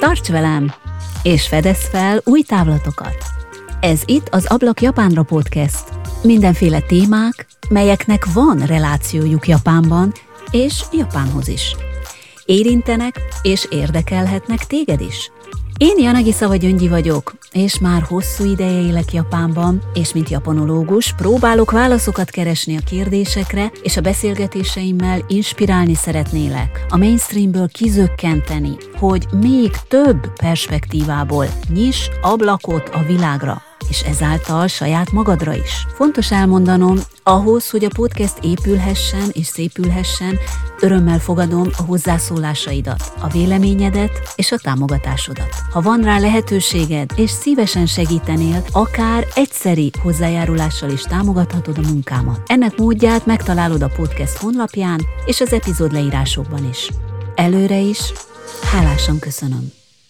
Tarts velem, és fedezz fel új távlatokat! Ez itt az Ablak Japánra podcast. Mindenféle témák, melyeknek van relációjuk Japánban, és Japánhoz is. Érintenek és érdekelhetnek téged is. Én Yanagisa Gyöngyi vagyok, és már hosszú ideje élek Japánban, és mint japanológus próbálok válaszokat keresni a kérdésekre, és a beszélgetéseimmel inspirálni szeretnélek, a mainstreamből kizökkenteni, hogy még több perspektívából nyiss ablakot a világra, és ezáltal saját magadra is. Fontos elmondanom, ahhoz, hogy a podcast épülhessen és szépülhessen, örömmel fogadom a hozzászólásaidat, a véleményedet és a támogatásodat. Ha van rá lehetőséged, és szívesen segítenél, akár egyszeri hozzájárulással is támogathatod a munkámat. Ennek módját megtalálod a podcast honlapján és az epizód leírásokban is. Előre is, hálásan köszönöm.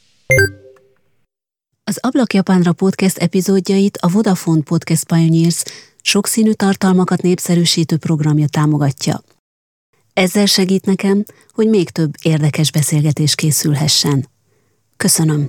Az Ablak Japánra podcast epizódjait a Vodafone Podcast Pioneers sokszínű tartalmakat népszerűsítő programja támogatja. Ezzel segít nekem, hogy még több érdekes beszélgetés készülhessen. Köszönöm!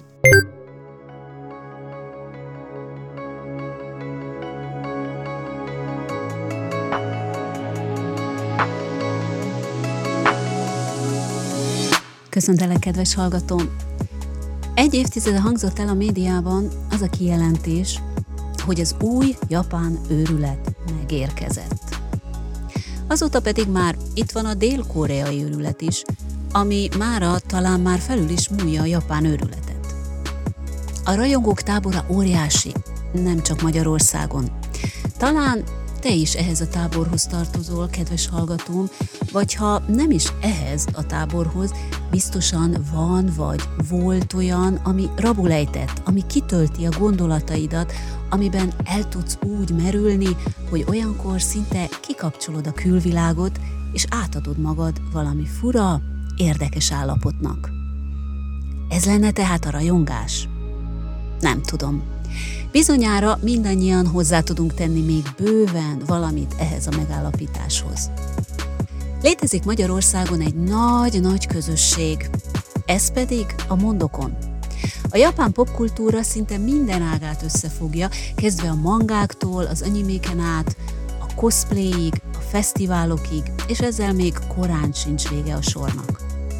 Köszöntelek, kedves hallgatóm! Egy évtizede hangzott el a médiában az a kijelentés, hogy az új japán őrület megérkezett. Azóta pedig már itt van a dél-koreai őrület is, ami mára talán már felül is múlja a japán őrületet. A rajongók tábora óriási, nem csak Magyarországon. Talán te is ehhez a táborhoz tartozol, kedves hallgatóm, vagy ha nem is ehhez a táborhoz, biztosan van vagy volt olyan, ami rabul ejtett, ami kitölti a gondolataidat, amiben el tudsz úgy merülni, hogy olyankor szinte kikapcsolod a külvilágot, és átadod magad valami fura, érdekes állapotnak. Ez lenne tehát a rajongás? Nem tudom. Bizonyára mindannyian hozzá tudunk tenni még bőven valamit ehhez a megállapításhoz. Létezik Magyarországon egy nagy-nagy közösség, ez pedig a mondokon. A japán popkultúra szinte minden ágát összefogja, kezdve a mangáktól, az animéken át, a cosplayig, a fesztiválokig, és ezzel még korán sincs vége a sornak.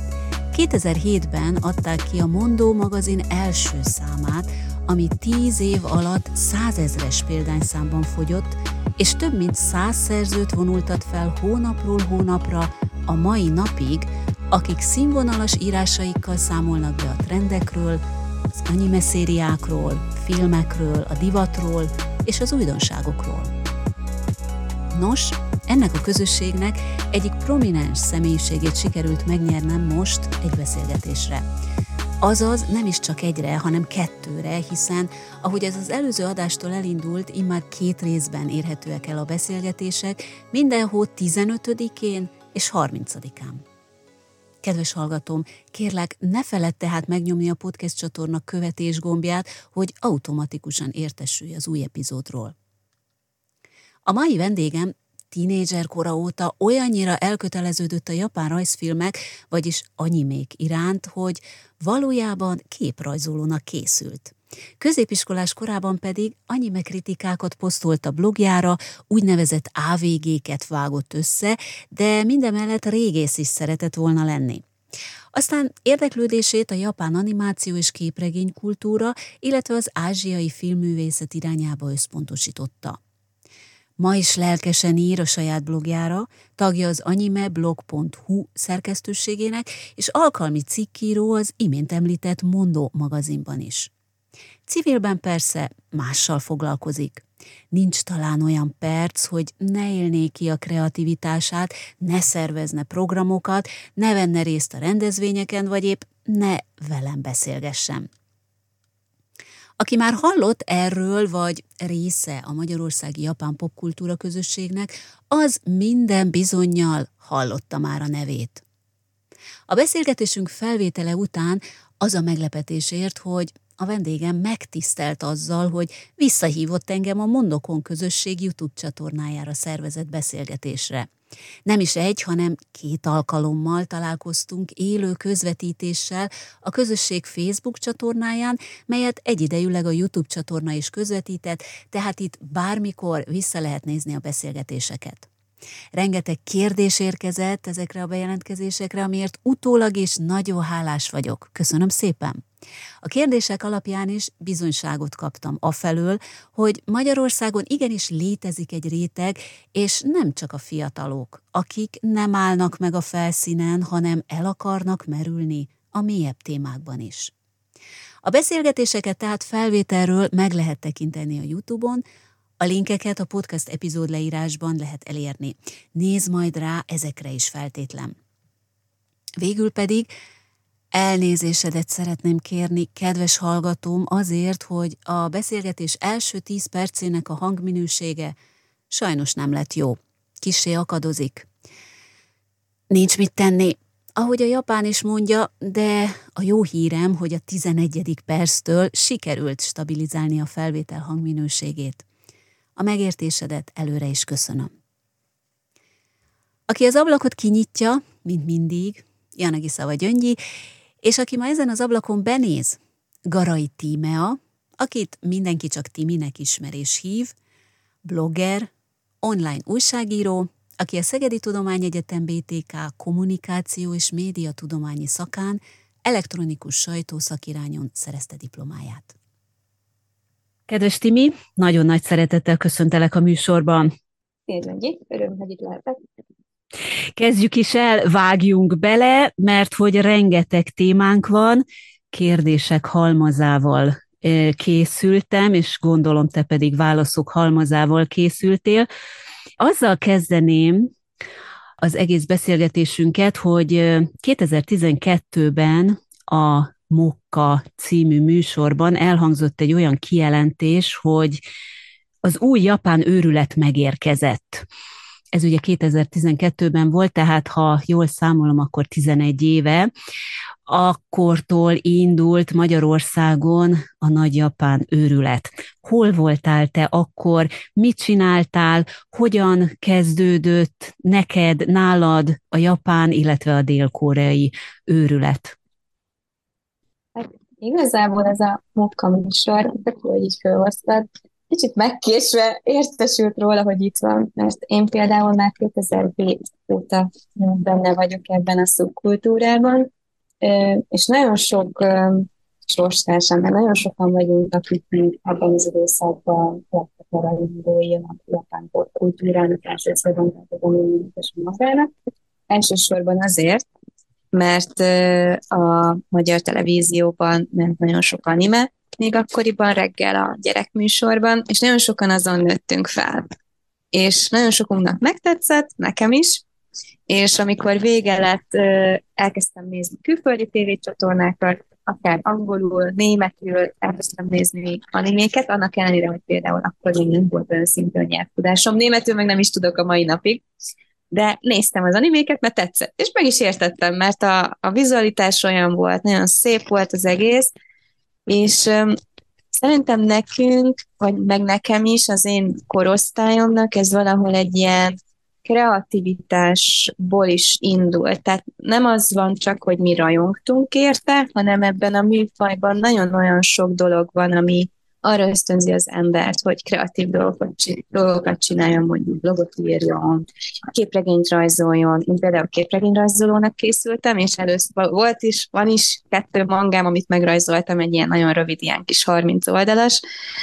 2007-ben adták ki a Mondó magazin első számát, ami 10 év alatt 100 000-es példányszámban fogyott, és több mint 100 szerzőt vonultat fel hónapról hónapra a mai napig, akik színvonalas írásaikkal számolnak be a trendekről, az anime szériákról, filmekről, a divatról és az újdonságokról. Nos, ennek a közösségnek egyik prominens személyiségét sikerült megnyernem most egy beszélgetésre. Azaz nem is csak egyre, hanem 2-re, hiszen, ahogy ez az előző adástól elindult, immár 2 részben érhetőek el a beszélgetések, minden hó 15-én és 30-án. Kedves hallgatóm, kérlek, ne feledd tehát megnyomni a podcast csatorna követés gombját, hogy automatikusan értesülj az új epizódról. A mai vendégem tínédzser kora óta olyannyira elköteleződött a japán rajzfilmek, vagyis animék iránt, hogy valójában képrajzolónak készült. Középiskolás korában pedig anime kritikákat posztolt a blogjára, úgynevezett AVG-ket vágott össze, de mindemellett régész is szeretett volna lenni. Aztán érdeklődését a japán animáció és képregénykultúra, illetve az ázsiai filmművészet irányába összpontosította. Ma is lelkesen ír a saját blogjára, tagja az animeblog.hu szerkesztőségének, és alkalmi cikkíró az imént említett Mondó magazinban is. Civilben persze mással foglalkozik. Nincs talán olyan perc, hogy ne élné ki a kreativitását, ne szervezne programokat, ne venne részt a rendezvényeken, vagy épp ne velem beszélgessen. Aki már hallott erről, vagy része a magyarországi japán popkultúra közösségnek, az minden bizonnyal hallotta már a nevét. A beszélgetésünk felvétele után az a meglepetésért, hogy a vendégem megtisztelt azzal, hogy visszahívott engem a Mondokon közösség YouTube csatornájára szervezett beszélgetésre. Nem is egy, hanem 2 alkalommal találkoztunk élő közvetítéssel a közösség Facebook csatornáján, melyet egyidejűleg a YouTube csatorna is közvetített, tehát itt bármikor vissza lehet nézni a beszélgetéseket. Rengeteg kérdés érkezett ezekre a bejelentkezésekre, amiért utólag is nagyon hálás vagyok. Köszönöm szépen! A kérdések alapján is bizonyságot kaptam afelől, hogy Magyarországon igenis létezik egy réteg, és nem csak a fiatalok, akik nem állnak meg a felszínen, hanem el akarnak merülni a mélyebb témákban is. A beszélgetéseket tehát felvételről meg lehet tekinteni a YouTube-on, a linkeket a podcast epizód leírásban lehet elérni. Nézd majd rá ezekre is feltétlen. Végül pedig elnézésedet szeretném kérni, kedves hallgatóm, azért, hogy a beszélgetés első 10 percének a hangminősége sajnos nem lett jó. Kissé akadozik. Nincs mit tenni, ahogy a japán is mondja, de a jó hírem, hogy a 11. perctől sikerült stabilizálni a felvétel hangminőségét. A megértésedet előre is köszönöm. Aki az ablakot kinyitja, mint mindig, Janagisawa Gyöngyi, és aki ma ezen az ablakon benéz, Garai Tímea, akit mindenki csak Timinek ismer és hív, blogger, online újságíró, aki a Szegedi Tudományegyetem BTK kommunikáció és médiatudományi szakán elektronikus sajtószakirányon szerezte diplomáját. Kedves Timi, nagyon nagy szeretettel köszöntelek a műsorban. Tényleg, öröm, hogy itt lehetek. Kezdjük is el, vágjunk bele, mert hogy rengeteg témánk van, kérdések halmazával készültem, és gondolom te pedig válaszok halmazával készültél. Azzal kezdeném az egész beszélgetésünket, hogy 2012-ben a Mokka című műsorban elhangzott egy olyan kijelentés, hogy az új japán őrület megérkezett. Ez ugye 2012-ben volt, tehát ha jól számolom, akkor 11 éve. Akkortól indult Magyarországon a nagy japán őrület. Hol voltál te akkor, mit csináltál, hogyan kezdődött neked, nálad a japán, illetve a dél-koreai őrület? Hát igazából ez a Mokka műsor, hogy így felhoztad, kicsit megkésve értesült róla, hogy itt van, mert én például már 2007 óta benne vagyok ebben a szubkultúrában, és nagyon sok sorstársam, mert nagyon sokan vagyunk, akik abban az időszakban lettek a rajongói a japán kultúrának, elsősorban és magának. Elsősorban azért, mert a magyar televízióban ment nagyon sok anime, még akkoriban reggel a gyerekműsorban, és nagyon sokan azon nőttünk fel. És nagyon sokunknak megtetszett, nekem is, és amikor vége lett, elkezdtem nézni külföldi tévécsatornákat, akár angolul, németül, elkezdtem nézni animéket, annak ellenére, hogy például akkor még nem volt olyan szintű nyelvtudásom. Németül meg nem is tudok a mai napig, de néztem az animéket, mert tetszett, és meg is értettem, mert a vizualitás olyan volt, nagyon szép volt az egész, és szerintem nekünk, vagy meg nekem is, az én korosztályomnak ez valahol egy ilyen kreativitásból is indult. Tehát nem az van csak, hogy mi rajongtunk érte, hanem ebben a műfajban nagyon olyan sok dolog van, ami arra ösztönzi az embert, hogy kreatív dolgokat csináljon, mondjuk blogot írjon, képregényt rajzoljon. Én például képregényrajzolónak készültem, és először van is 2 mangám, amit megrajzoltam, egy ilyen nagyon rövid, ilyen kis 30 oldalas.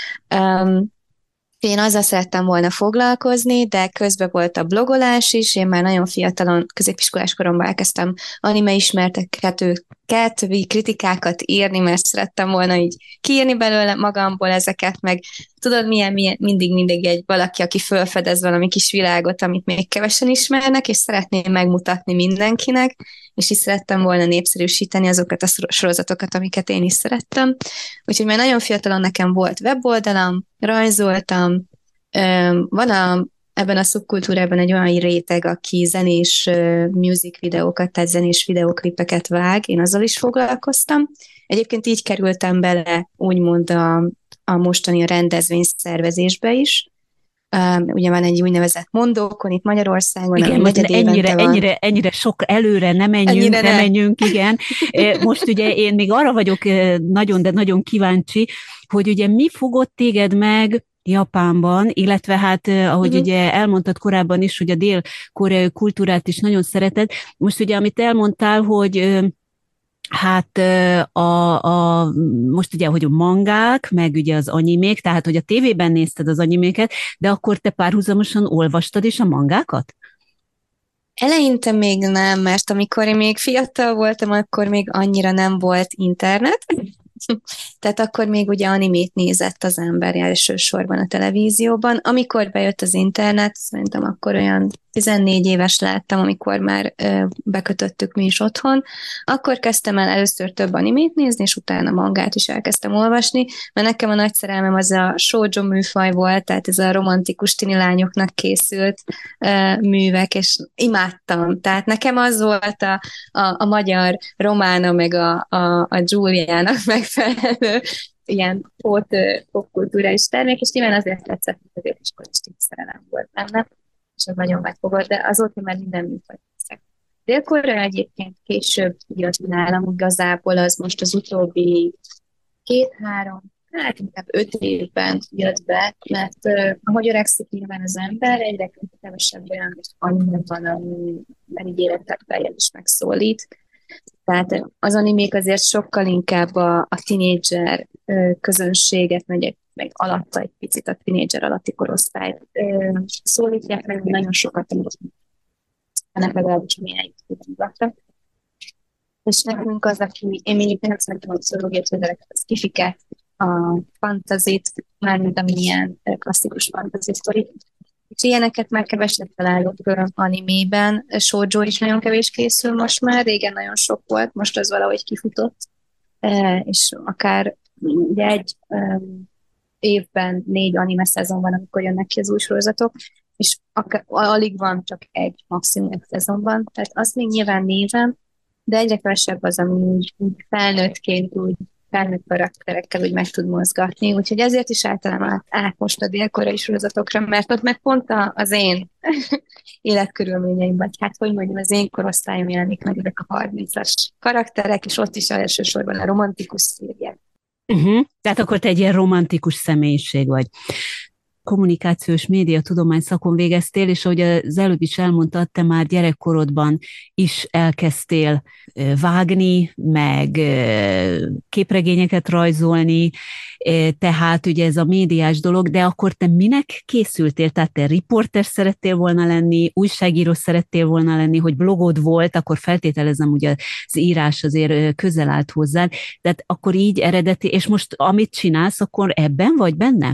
Én azzal szerettem volna foglalkozni, de közben volt a blogolás is, én már nagyon fiatalon, középiskolás koromban elkezdtem anime ismertetőket, kritikákat írni, mert szerettem volna így kiírni belőle magamból ezeket, meg tudod, milyen mindig egy valaki, aki felfedez valami kis világot, amit még kevesen ismernek, és szeretném megmutatni mindenkinek, és is szerettem volna népszerűsíteni azokat a sorozatokat, amiket én is szerettem. Úgyhogy már nagyon fiatalon nekem volt weboldalam, rajzoltam, van ebben a szubkultúrában egy olyan réteg, aki zenés music videókat, tehát zenés videóklipeket vág, én azzal is foglalkoztam. Egyébként így kerültem bele, úgymond a mostani rendezvényszervezésbe is. Ugye van egy úgynevezett Mondókon itt Magyarországon, ami Igen, most negyedévente van. ennyire sok előre Ennyire ne ne. menjünk, igen. Most ugye én még arra vagyok nagyon, de nagyon kíváncsi, hogy ugye mi fogott téged meg Japánban, illetve hát, ahogy Uh-huh. ugye elmondtad korábban is, hogy a dél-koreai kultúrát is nagyon szereted. Most ugye, amit elmondtál, hogy hát most ugye, hogy a mangák, meg ugye az animék, tehát, hogy a tévében nézted az animéket, de akkor te párhuzamosan olvastad is a mangákat? Eleinte még nem, mert amikor én még fiatal voltam, akkor még annyira nem volt internet. Tehát akkor még ugye animét nézett az ember elsősorban a televízióban. Amikor bejött az internet, szerintem akkor olyan 14 éves láttam, amikor már bekötöttük mi is otthon, akkor kezdtem el először több animét nézni, és utána mangát is elkezdtem olvasni, mert nekem a nagy szerelmem az a shoujo műfaj volt, tehát ez a romantikus tini lányoknak készült művek, és imádtam. Tehát nekem az volt a magyar romána, meg a Giuliának megfelelő ilyen popkulturális termék, és nyilván azért tetszett, hogy azért is kocsiti szerelem volt benne, és az nagyon megfogott, de azóta már minden műfajt hiszek. Dél-Korea egyébként később jött nálam igazából, az most az utóbbi 2-3, hát inkább 5 évben jött be, mert ahogy öregszik nyilván az ember, egyre kevesebb olyan anime van, ami így életek feljel is megszólít. Tehát az animék azért sokkal inkább a tinédzser közönséget, meg alatta egy picit a tinédzser alatti korosztályt szólítják, meg nagyon sokat ennek legalábbis milyen tudnak. És nekünk az, aki, én mindig nem szeretem a pszichológiai tudományokat, az kifiket, a fantazit, mármint ami ilyen klasszikus fantasy sztori. És ilyeneket már keveset találok animében. Shoujo is nagyon kevés készül most már, régen nagyon sok volt, most az valahogy kifutott. És akár ugye egy évben 4 anime szezon van, amikor jönnek ki az új sorozatok, és alig van csak egy, maximum egy szezonban, tehát azt még nyilván nézem, de egyre kevesebb az, ami úgy felnőttként, úgy felnőtt karakterekkel úgy meg tud mozgatni, úgyhogy ezért is általában át most a dél-koreai sorozatokra, mert ott meg pont az én életkörülményeim, vagy hát hogy mondjam, az én korosztályom jelenik meg ezek a 30-as karakterek, és ott is elsősorban a romantikus szériák. Tehát akkor te egy ilyen romantikus személyiség vagy. Kommunikációs média tudomány szakon végeztél, és ahogy az előbb is elmondtad, te már gyerekkorodban is elkezdtél vágni, meg képregényeket rajzolni, tehát ugye ez a médiás dolog, de akkor te minek készültél? Tehát te riporter szerettél volna lenni, újságíró szerettél volna lenni, hogy blogod volt, akkor feltételezem, hogy az írás azért közel állt hozzád, tehát akkor így eredeti, és most amit csinálsz, akkor ebben vagy benne?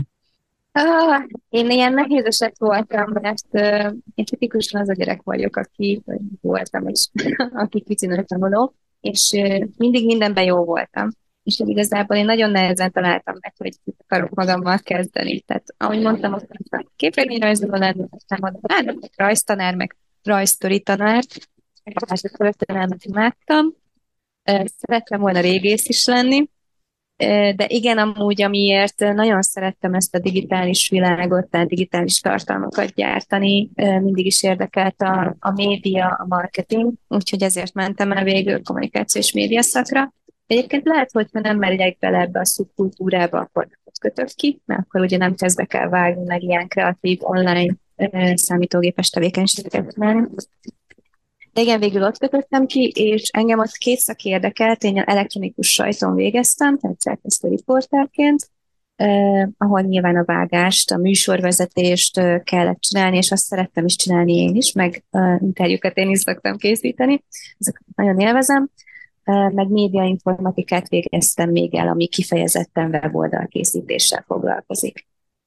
Én ilyen nehéz eset voltam, mert én tipikusan az a gyerek vagyok, aki voltam is, aki kicsinek tanuló, és mindig mindenben jó voltam. És igazából én nagyon nehezen találtam meg, hogy mit akarok magammal kezdeni. Tehát, ahogy mondtam, a képregényrajzoló lenni, aztán mondom, hát rajztanár, meg rajzsztori tanár, hát a történelmet imádtam. Szerettem volna régész is lenni, de igen, amúgy, amiért nagyon szerettem ezt a digitális világot, tehát digitális tartalmakat gyártani, mindig is érdekelt a média, a marketing, úgyhogy ezért mentem el végül kommunikációs média szakra. Egyébként lehet, hogy ha nem megyek bele ebbe a szubkultúrába, akkor ott kötök ki, mert akkor ugye nem kezdve kell vágni, meg ilyen kreatív online számítógépes tevékenységeket csinálni. De igen, végül ott kötöttem ki, és engem ott 2 szak érdekelt, én elektronikus sajton végeztem, tehát szerkesztő riporterként, ahol nyilván a vágást, a műsorvezetést kellett csinálni, és azt szerettem is csinálni én is, meg interjúkat én is szoktam készíteni, ezeket nagyon élvezem, meg médiainformatikát végeztem még el, ami kifejezetten weboldal készítéssel foglalkozik.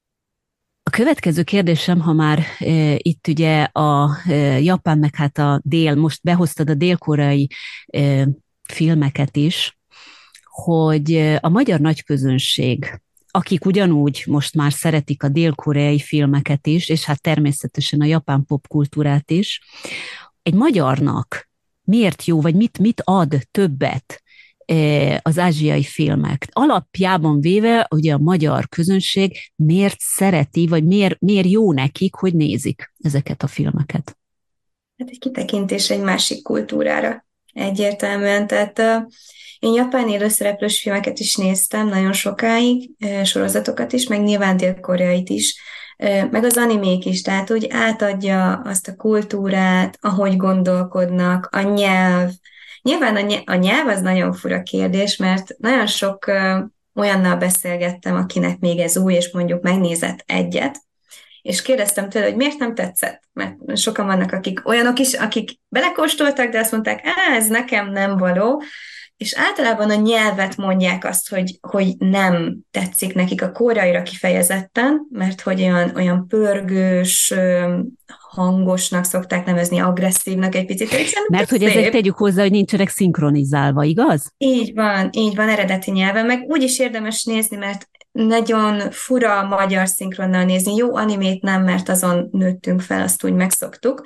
A következő kérdésem, ha már itt ugye a Japán, meg hát a most behoztad a dél-koreai filmeket is, hogy a magyar nagyközönség akik ugyanúgy most már szeretik a dél-koreai filmeket is, és hát természetesen a japán popkultúrát is, egy magyarnak miért jó, vagy mit ad többet az ázsiai filmek? Alapjában véve, ugye a magyar közönség miért szereti, vagy miért jó nekik, hogy nézik ezeket a filmeket? Hát egy kitekintés egy másik kultúrára egyértelműen. Tehát én japán élőszereplős filmeket is néztem nagyon sokáig, sorozatokat is, meg nyilván dél-koreait is, meg az animék is, tehát úgy átadja azt a kultúrát, ahogy gondolkodnak, a nyelv. Nyilván a nyelv az nagyon fura kérdés, mert nagyon sok olyannal beszélgettem, akinek még ez új, és mondjuk megnézett egyet, és kérdeztem tőle, hogy miért nem tetszett, mert sokan vannak olyanok is, akik belekóstoltak, de azt mondták, ez nekem nem való, és általában a nyelvet mondják azt, hogy nem tetszik nekik a koreaira kifejezetten, mert hogy olyan pörgős, hangosnak szokták nevezni, agresszívnak egy picit. Mert hogy ezek tegyük hozzá, hogy nincsenek szinkronizálva, igaz? Így van, eredeti nyelven, meg úgy is érdemes nézni, mert nagyon fura a magyar szinkronnal nézni. Jó animét nem, mert azon nőttünk fel, azt úgy megszoktuk,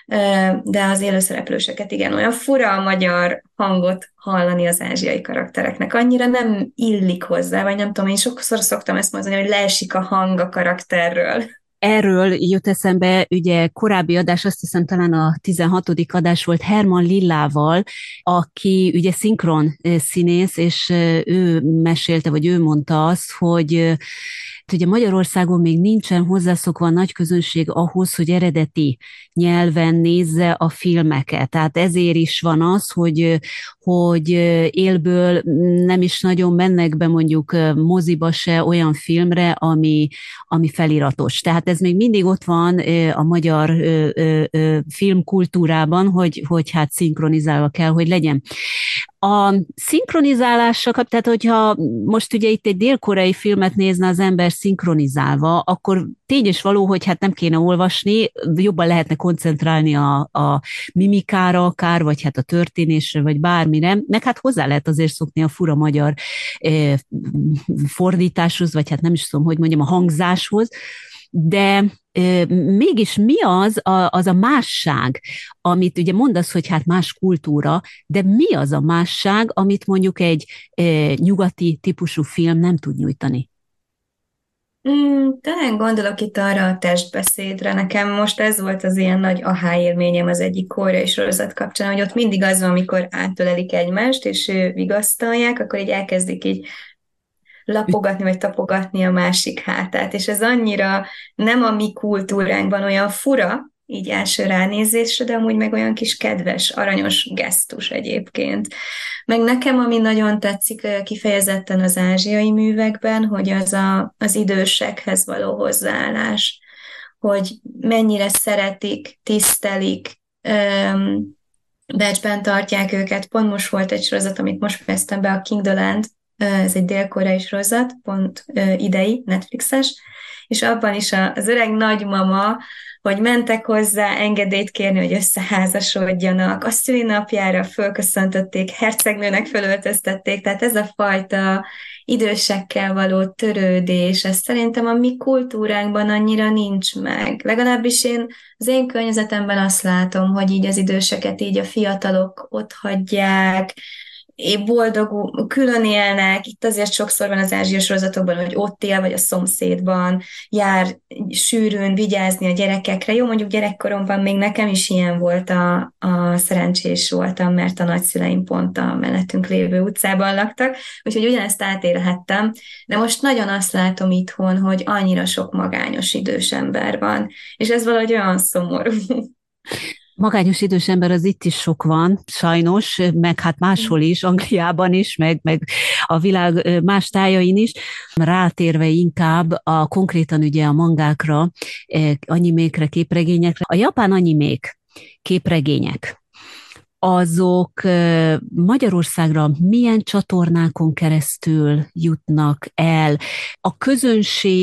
de az élőszereplőseket igen, olyan fura a magyar hangot hallani az ázsiai karaktereknek. Annyira nem illik hozzá, vagy nem tudom, én sokszor szoktam ezt mondani, hogy leesik a hang a karakterről. Erről jut eszembe, ugye korábbi adás, azt hiszem talán a 16. adás volt Herman Lillával, aki ugye szinkron színész, és ő mesélte, vagy ő mondta azt, hogy ugye Magyarországon még nincsen hozzászokva a nagy közönség ahhoz, hogy eredeti nyelven nézze a filmeket. Tehát ezért is van az, hogy élből nem is nagyon mennek be mondjuk moziba se olyan filmre, ami feliratos. Tehát ez még mindig ott van a magyar filmkultúrában, hogy hát szinkronizálva kell, hogy legyen. A szinkronizálással, tehát hogyha most ugye itt egy dél-koreai filmet nézne az ember szinkronizálva, akkor tény és való, hogy hát nem kéne olvasni, jobban lehetne koncentrálni a mimikára akár, vagy hát a történésre, vagy bármire, meg hát hozzá lehet azért szokni a fura magyar fordításhoz, vagy hát nem is tudom, hogy mondjam, a hangzáshoz, de mégis mi az a másság, amit ugye mondasz, hogy hát más kultúra, de mi az a másság, amit mondjuk egy nyugati típusú film nem tud nyújtani? Talán gondolok itt arra a testbeszédre. Nekem most ez volt az ilyen nagy aha élményem az egyik koreai sorozat kapcsán, hogy ott mindig az van, amikor átölelik egymást, és vigasztalják, akkor így elkezdik így lapogatni, vagy tapogatni a másik hátát. És ez annyira nem a mi kultúránkban olyan fura, így első ránézésre, de amúgy meg olyan kis kedves, aranyos gesztus egyébként. Meg nekem, ami nagyon tetszik kifejezetten az ázsiai művekben, hogy az idősekhez való hozzáállás, hogy mennyire szeretik, tisztelik, becsben tartják őket. Pont most volt egy sorozat, amit most fejeztem be, a King the Land, ez egy dél-koreai sorozat, pont idei, Netflixes, és abban is az öreg nagymama, hogy mentek hozzá engedélyt kérni, hogy összeházasodjanak, a szülinapjára fölköszöntötték, hercegnőnek fölöltöztették, tehát ez a fajta idősekkel való törődés, ez szerintem a mi kultúránkban annyira nincs meg. Legalábbis az én környezetemben azt látom, hogy így az időseket így a fiatalok otthagyják, boldog, külön élnek, itt azért sokszor van az ázsiai sorozatokban, hogy ott él, vagy a szomszédban, jár sűrűn vigyázni a gyerekekre. Jó, mondjuk gyerekkoromban még nekem is ilyen volt, a szerencsés voltam, mert a nagyszüleim pont a mellettünk lévő utcában laktak, úgyhogy ugyanezt átélhettem, de most nagyon azt látom itthon, hogy annyira sok magányos idős ember van, és ez valahogy olyan szomorú. Magányos idős ember az itt is sok van, sajnos, meg hát máshol is, Angliában is, meg a világ más tájain is. Rátérve inkább konkrétan ugye a mangákra, animékre, képregényekre. A japán animék, képregények, azok Magyarországra milyen csatornákon keresztül jutnak el? A közönség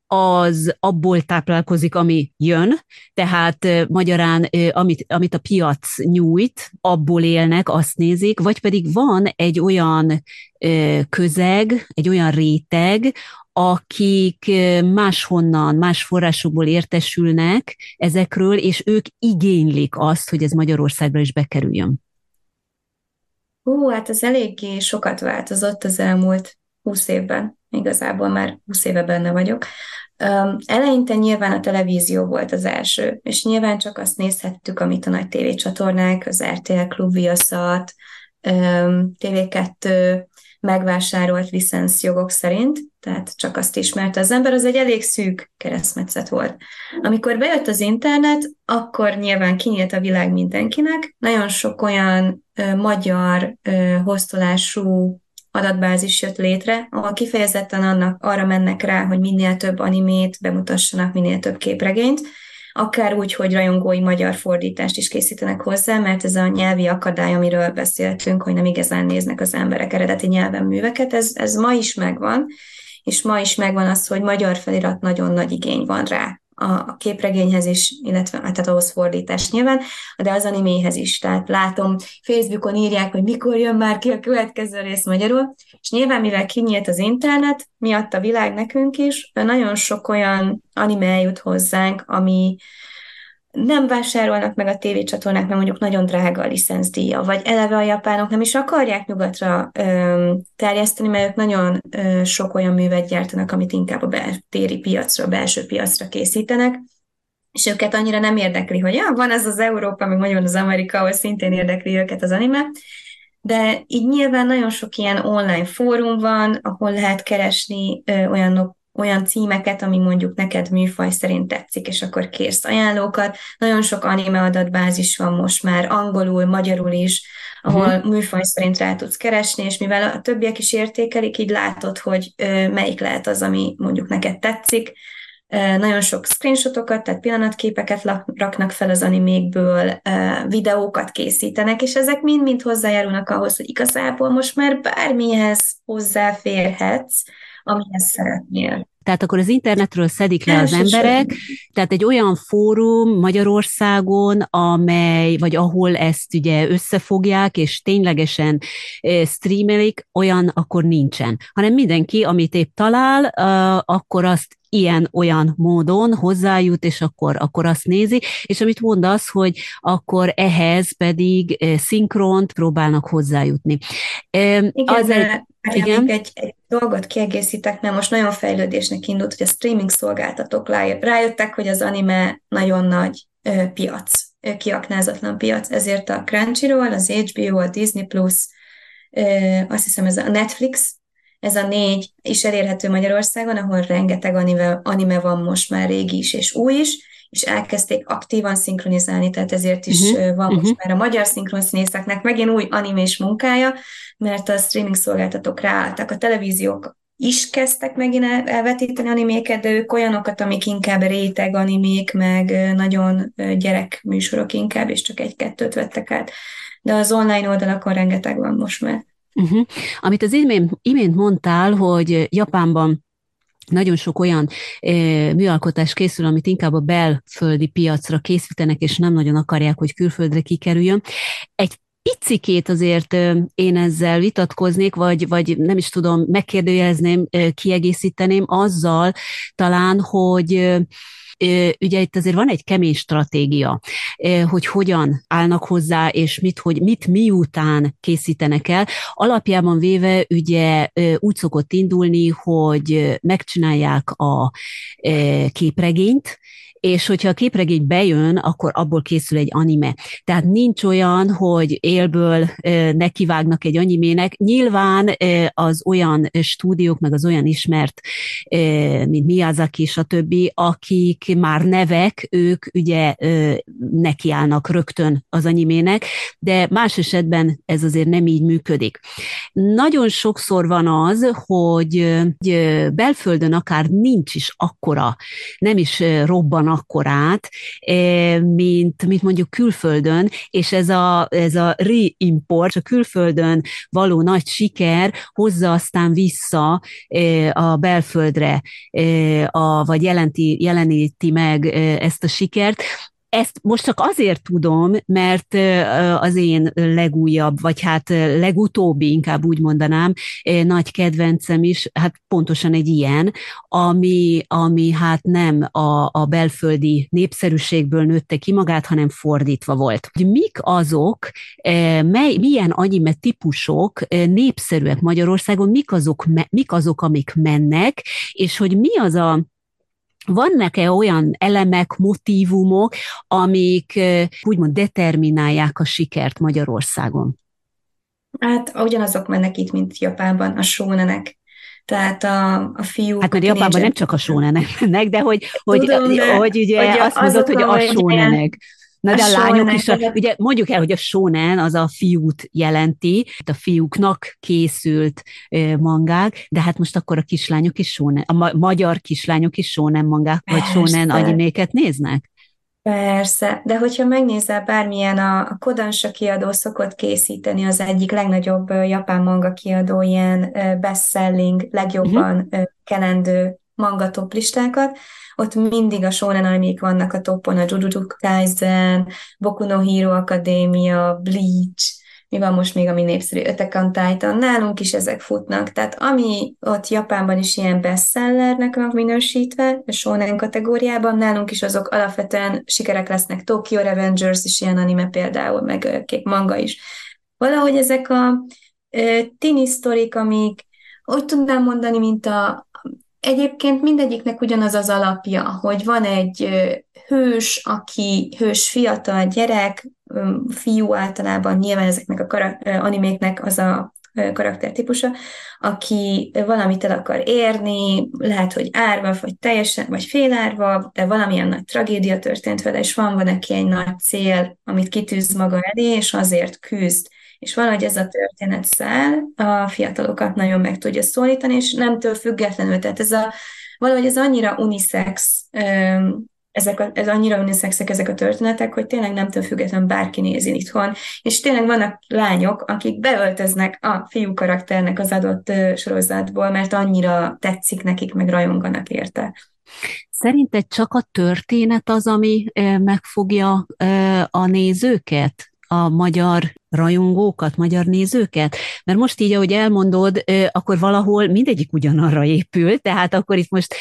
az abból táplálkozik, ami jön, tehát magyarán, amit a piac nyújt, abból élnek, azt nézik, vagy pedig van egy olyan közeg, egy olyan réteg, akik máshonnan, más forrásokból értesülnek ezekről, és ők igénylik azt, hogy ez Magyarországra is bekerüljön. Hát ez eléggé sokat változott az elmúlt 20 évben. Igazából már 20 éve benne vagyok. Eleinte nyilván a televízió volt az első, és nyilván csak azt nézhettük, amit a nagy tévécsatornák, az RTL Klub, Viaszat, TV2 megvásárolt licenszjogok szerint, tehát csak azt ismerte az ember, az egy elég szűk keresztmetszet volt. Amikor bejött az internet, akkor nyilván kinyílt a világ mindenkinek, nagyon sok olyan magyar hoztolású adatbázis jött létre, ahol kifejezetten arra mennek rá, hogy minél több animét bemutassanak, minél több képregényt, akár úgy, hogy rajongói magyar fordítást is készítenek hozzá, mert ez a nyelvi akadály, amiről beszéltünk, hogy nem igazán néznek az emberek eredeti nyelven műveket, ez ma is megvan, és ma is megvan az, hogy magyar felirat nagyon nagy igény van rá a képregényhez is, illetve tehát ahhoz fordítás nyilván, de az animéhez is. Tehát látom, Facebookon írják, hogy mikor jön már ki a következő rész magyarul, és nyilván mivel kinyílt az internet, miatt a világ nekünk is, nagyon sok olyan anime eljut hozzánk, ami nem vásárolnak meg a tévécsatornák, mert mondjuk nagyon drága a licencdíja, vagy eleve a japánok nem is akarják nyugatra terjeszteni, mert ők nagyon sok olyan művet gyártanak, amit inkább a beltéri piacra, a belső piacra készítenek, és őket annyira nem érdekli, hogy van ez az Európa, meg mondjuk az Amerika, ahol szintén érdekli őket az anime, de így nyilván nagyon sok ilyen online fórum van, ahol lehet keresni olyan címeket, ami mondjuk neked műfaj szerint tetszik, és akkor kérsz ajánlókat. Nagyon sok anime adatbázis van most már, angolul, magyarul is, ahol műfaj szerint rá tudsz keresni, és mivel a többiek is értékelik, így látod, hogy melyik lehet az, ami mondjuk neked tetszik. Nagyon sok screenshotokat, tehát pillanatképeket raknak fel az animékből, videókat készítenek, és ezek mind-mind hozzájárulnak ahhoz, hogy igazából most már bármihez hozzáférhetsz, amihez szeretnél. Tehát akkor az internetről szedik le az emberek, tehát egy olyan fórum Magyarországon, vagy ahol ezt ugye összefogják, és ténylegesen streamelik, olyan akkor nincsen. Hanem mindenki, amit épp talál, akkor azt ilyen-olyan módon hozzájut, és akkor azt nézi, és amit mondasz, hogy akkor ehhez pedig szinkront próbálnak hozzájutni. Igen, egy dolgot kiegészítek, mert most nagyon fejlődésnek indult, hogy a streaming szolgáltatók rájöttek, hogy az anime nagyon nagy piac, kiaknázatlan piac, ezért a Crunchyroll, az HBO, a Disney+, azt hiszem ez a Netflix, ez a 4 is elérhető Magyarországon, ahol rengeteg anime van most már régi is és új is, és elkezdték aktívan szinkronizálni, tehát ezért is van most már a magyar szinkronszínészeknek megint új animés munkája, mert a streaming szolgáltatók ráálltak. A televíziók is kezdtek megint elvetíteni animéket, de ők olyanokat, amik inkább réteg animék, meg nagyon gyerekműsorok inkább, és csak egy-kettőt vettek át. De az online oldalakon rengeteg van most már. Amit az imént mondtál, hogy Japánban nagyon sok olyan műalkotás készül, amit inkább a belföldi piacra készítenek, és nem nagyon akarják, hogy külföldre kikerüljön. Egy picikét azért én ezzel vitatkoznék, vagy nem is tudom, megkérdőjelezném, kiegészíteném azzal talán, hogy ugye itt azért van egy kemény stratégia, hogy hogyan állnak hozzá, és mit miután készítenek el. Alapjában véve ugye úgy szokott indulni, hogy megcsinálják a képregényt, és hogyha a képregény bejön, akkor abból készül egy anime. Tehát nincs olyan, hogy élből nekivágnak egy animének. Nyilván az olyan stúdiók, meg az olyan ismert, mint Miyazaki, stb., akik már nevek, ők ugye nekiállnak rögtön az animének, de más esetben ez azért nem így működik. Nagyon sokszor van az, hogy belföldön akár nincs is akkora, nem is robban ugyanakkorát, mint mondjuk külföldön, és ez a reimport, a külföldön való nagy siker hozza aztán vissza a belföldre, vagy jeleníti meg ezt a sikert. Ezt most csak azért tudom, mert az én legújabb, vagy hát legutóbbi, inkább úgy mondanám, nagy kedvencem is, hát pontosan egy ilyen, ami hát nem a belföldi népszerűségből nőtte ki magát, hanem fordítva volt. Mik azok, milyen anime típusok népszerűek Magyarországon, mik azok, amik mennek, és hogy mi az vannak-e olyan elemek, motívumok, amik úgymond determinálják a sikert Magyarországon? Hát ugyanazok mennek itt, mint Japánban, a shonenek. Tehát a fiúk, Hát mert a Japánban nem tínédzserek. csak a shonenek mennek, de Tudom, de hogy ugye azt mondod, azok, hogy a ahogy ilyen shonenek. Na a de a lányok shonen, is, tehát ugye mondjuk el, hogy a shonen az a fiút jelenti, a fiúknak készült mangák, de hát most akkor a kislányok is shonen, a magyar kislányok is shonen mangák, vagy shonen persze, animéket néznek? persze, de hogyha megnézel bármilyen, a Kodansha kiadó szokott készíteni az egyik legnagyobb japán manga kiadó ilyen best-selling, Uh-huh. legjobban kelendő manga toplistákat, ott mindig a shonen animék vannak a topon, a Jujutsu Kaisen, Boku no Hero Academia, Bleach, mi van most még, ami népszerű, Attack on Titan, nálunk is ezek futnak, tehát ami ott Japánban is ilyen bestsellernek van minősítve, a shonen kategóriában, nálunk is azok alapvetően sikerek lesznek. Tokyo Revengers is ilyen anime például, meg kék manga is. Valahogy ezek a tini sztorik, amik úgy tudnám mondani, mint egyébként mindegyiknek ugyanaz az alapja, hogy van egy hős, aki hős fiatal gyerek, fiú általában, nyilván ezeknek a animéknek az a karaktertípusa, aki valamit el akar érni, lehet, hogy árva, vagy teljesen, vagy félárva, de valamilyen nagy tragédia történt vele, és van neki egy nagy cél, amit kitűz maga elé, és azért küzd. És valahogy ez a történetszál a fiatalokat nagyon meg tudja szólítani, és nemtől függetlenül. Tehát valahogy ez annyira unisex, ez annyira unisexek ezek a történetek, hogy tényleg nemtől függetlenül bárki nézi itthon. És tényleg vannak lányok, akik beöltöznek a fiú karakternek az adott sorozatból, mert annyira tetszik nekik, meg rajonganak érte. Szerinted csak a történet az, ami megfogja a nézőket, a magyar rajongókat, magyar nézőket? Mert most így, ahogy elmondod, akkor valahol mindegyik ugyanarra épül, tehát akkor itt most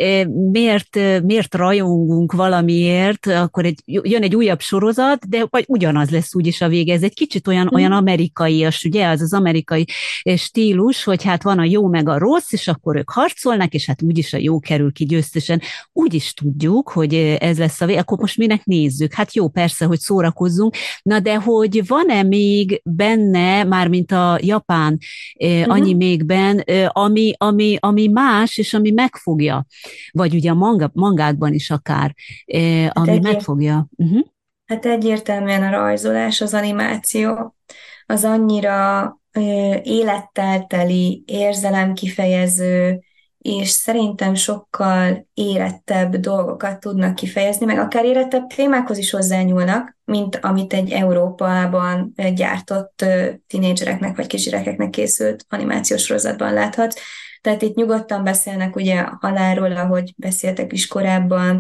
miért rajongunk valamiért, akkor jön egy újabb sorozat, de vagy ugyanaz lesz úgyis a vége. Ez egy kicsit olyan amerikaias, ugye, az amerikai stílus, hogy hát van a jó meg a rossz, és akkor ők harcolnak, és hát úgyis a jó kerül ki győztesen. Úgy is tudjuk, hogy ez lesz a vége, akkor most minek nézzük? Hát jó, persze, hogy szórakozzunk, na de hogy van-e még benne, mármint a japán animékben, ami más, és ami megfogja, vagy ugye a mangákban is akár, Hát, ami megfogja. hát egyértelműen a rajzolás, az animáció, az annyira élettel teli, érzelemkifejező, és szerintem sokkal érettebb dolgokat tudnak kifejezni, meg akár érettebb témákhoz is hozzányúlnak, mint amit egy Európában gyártott tinédzsereknek vagy kisgyerekeknek készült animációs sorozatban láthatsz. Tehát itt nyugodtan beszélnek ugye a halálról, ahogy beszéltek is korábban,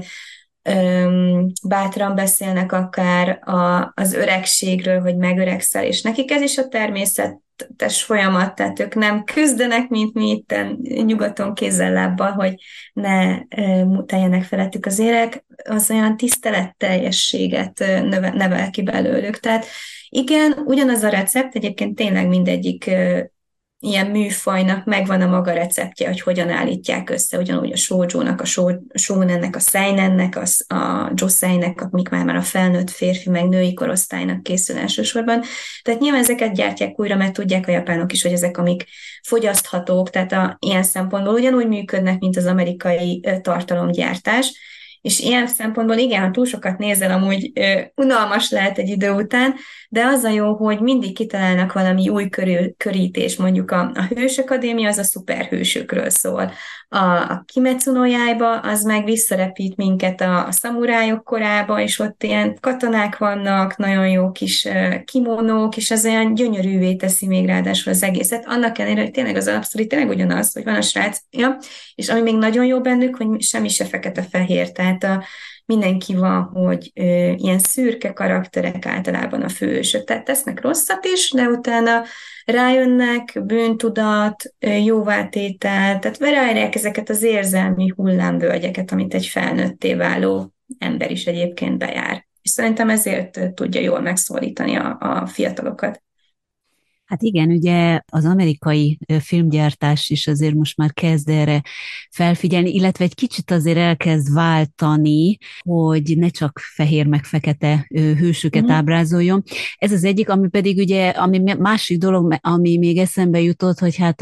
bátran beszélnek akár az öregségről, hogy megöregszel, és nekik ez is a természetes folyamat, tehát ők nem küzdenek, mint mi itten nyugaton kézzel-lábbal, hogy ne teljenek felettük az érek, az olyan tiszteletteljességet nevel ki belőlük. Tehát igen, ugyanaz a recept, egyébként tényleg mindegyik ilyen műfajnak megvan a maga receptje, hogy hogyan állítják össze, ugyanúgy a shoujo-nak, a shonennek, a seinennek, a joseinek, amik már a felnőtt férfi meg női korosztálynak készül elsősorban. Tehát nyilván ezeket gyártják újra, mert tudják a japánok is, hogy ezek, amik fogyaszthatók, tehát ilyen szempontból ugyanúgy működnek, mint az amerikai tartalomgyártás. És ilyen szempontból igen, ha túl sokat nézel, amúgy unalmas lehet egy idő után, de az a jó, hogy mindig kitalálnak valami új körítés, mondjuk a Hős Akadémia az a szuperhősökről szól. A Kimetsu no Yaiba, az meg visszarepít minket a szamurájok korába, és ott ilyen katonák vannak, nagyon jó kis kimonók, és az olyan gyönyörűvé teszi még ráadásul az egészet. Annak ellenére, hogy tényleg az alapsztori tényleg ugyanaz, hogy van a srác, ja, és ami még nagyon jó bennük, hogy semmi se fekete-fehér, tehát mindenki van, hogy ilyen szürke karakterek általában a főhősök, tehát tesznek rosszat is, de utána rájönnek, bűntudat, jóvátétel, tehát rájönnek ezeket az érzelmi hullámvölgyeket, amit egy felnőtté váló ember is egyébként bejár. És szerintem ezért tudja jól megszólítani a fiatalokat. Hát igen, ugye az amerikai filmgyártás is azért most már kezd erre felfigyelni, illetve egy kicsit azért elkezd váltani, hogy ne csak fehér meg fekete hősöket ábrázoljon. Ez az egyik, ami pedig ugye, ami másik dolog, ami még eszembe jutott, hogy hát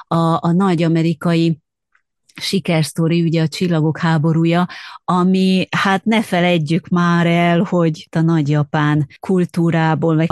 a nagy amerikai sikersztori, ugye a Csillagok háborúja, ami hát ne feledjük már el, hogy a nagy japán kultúrából, meg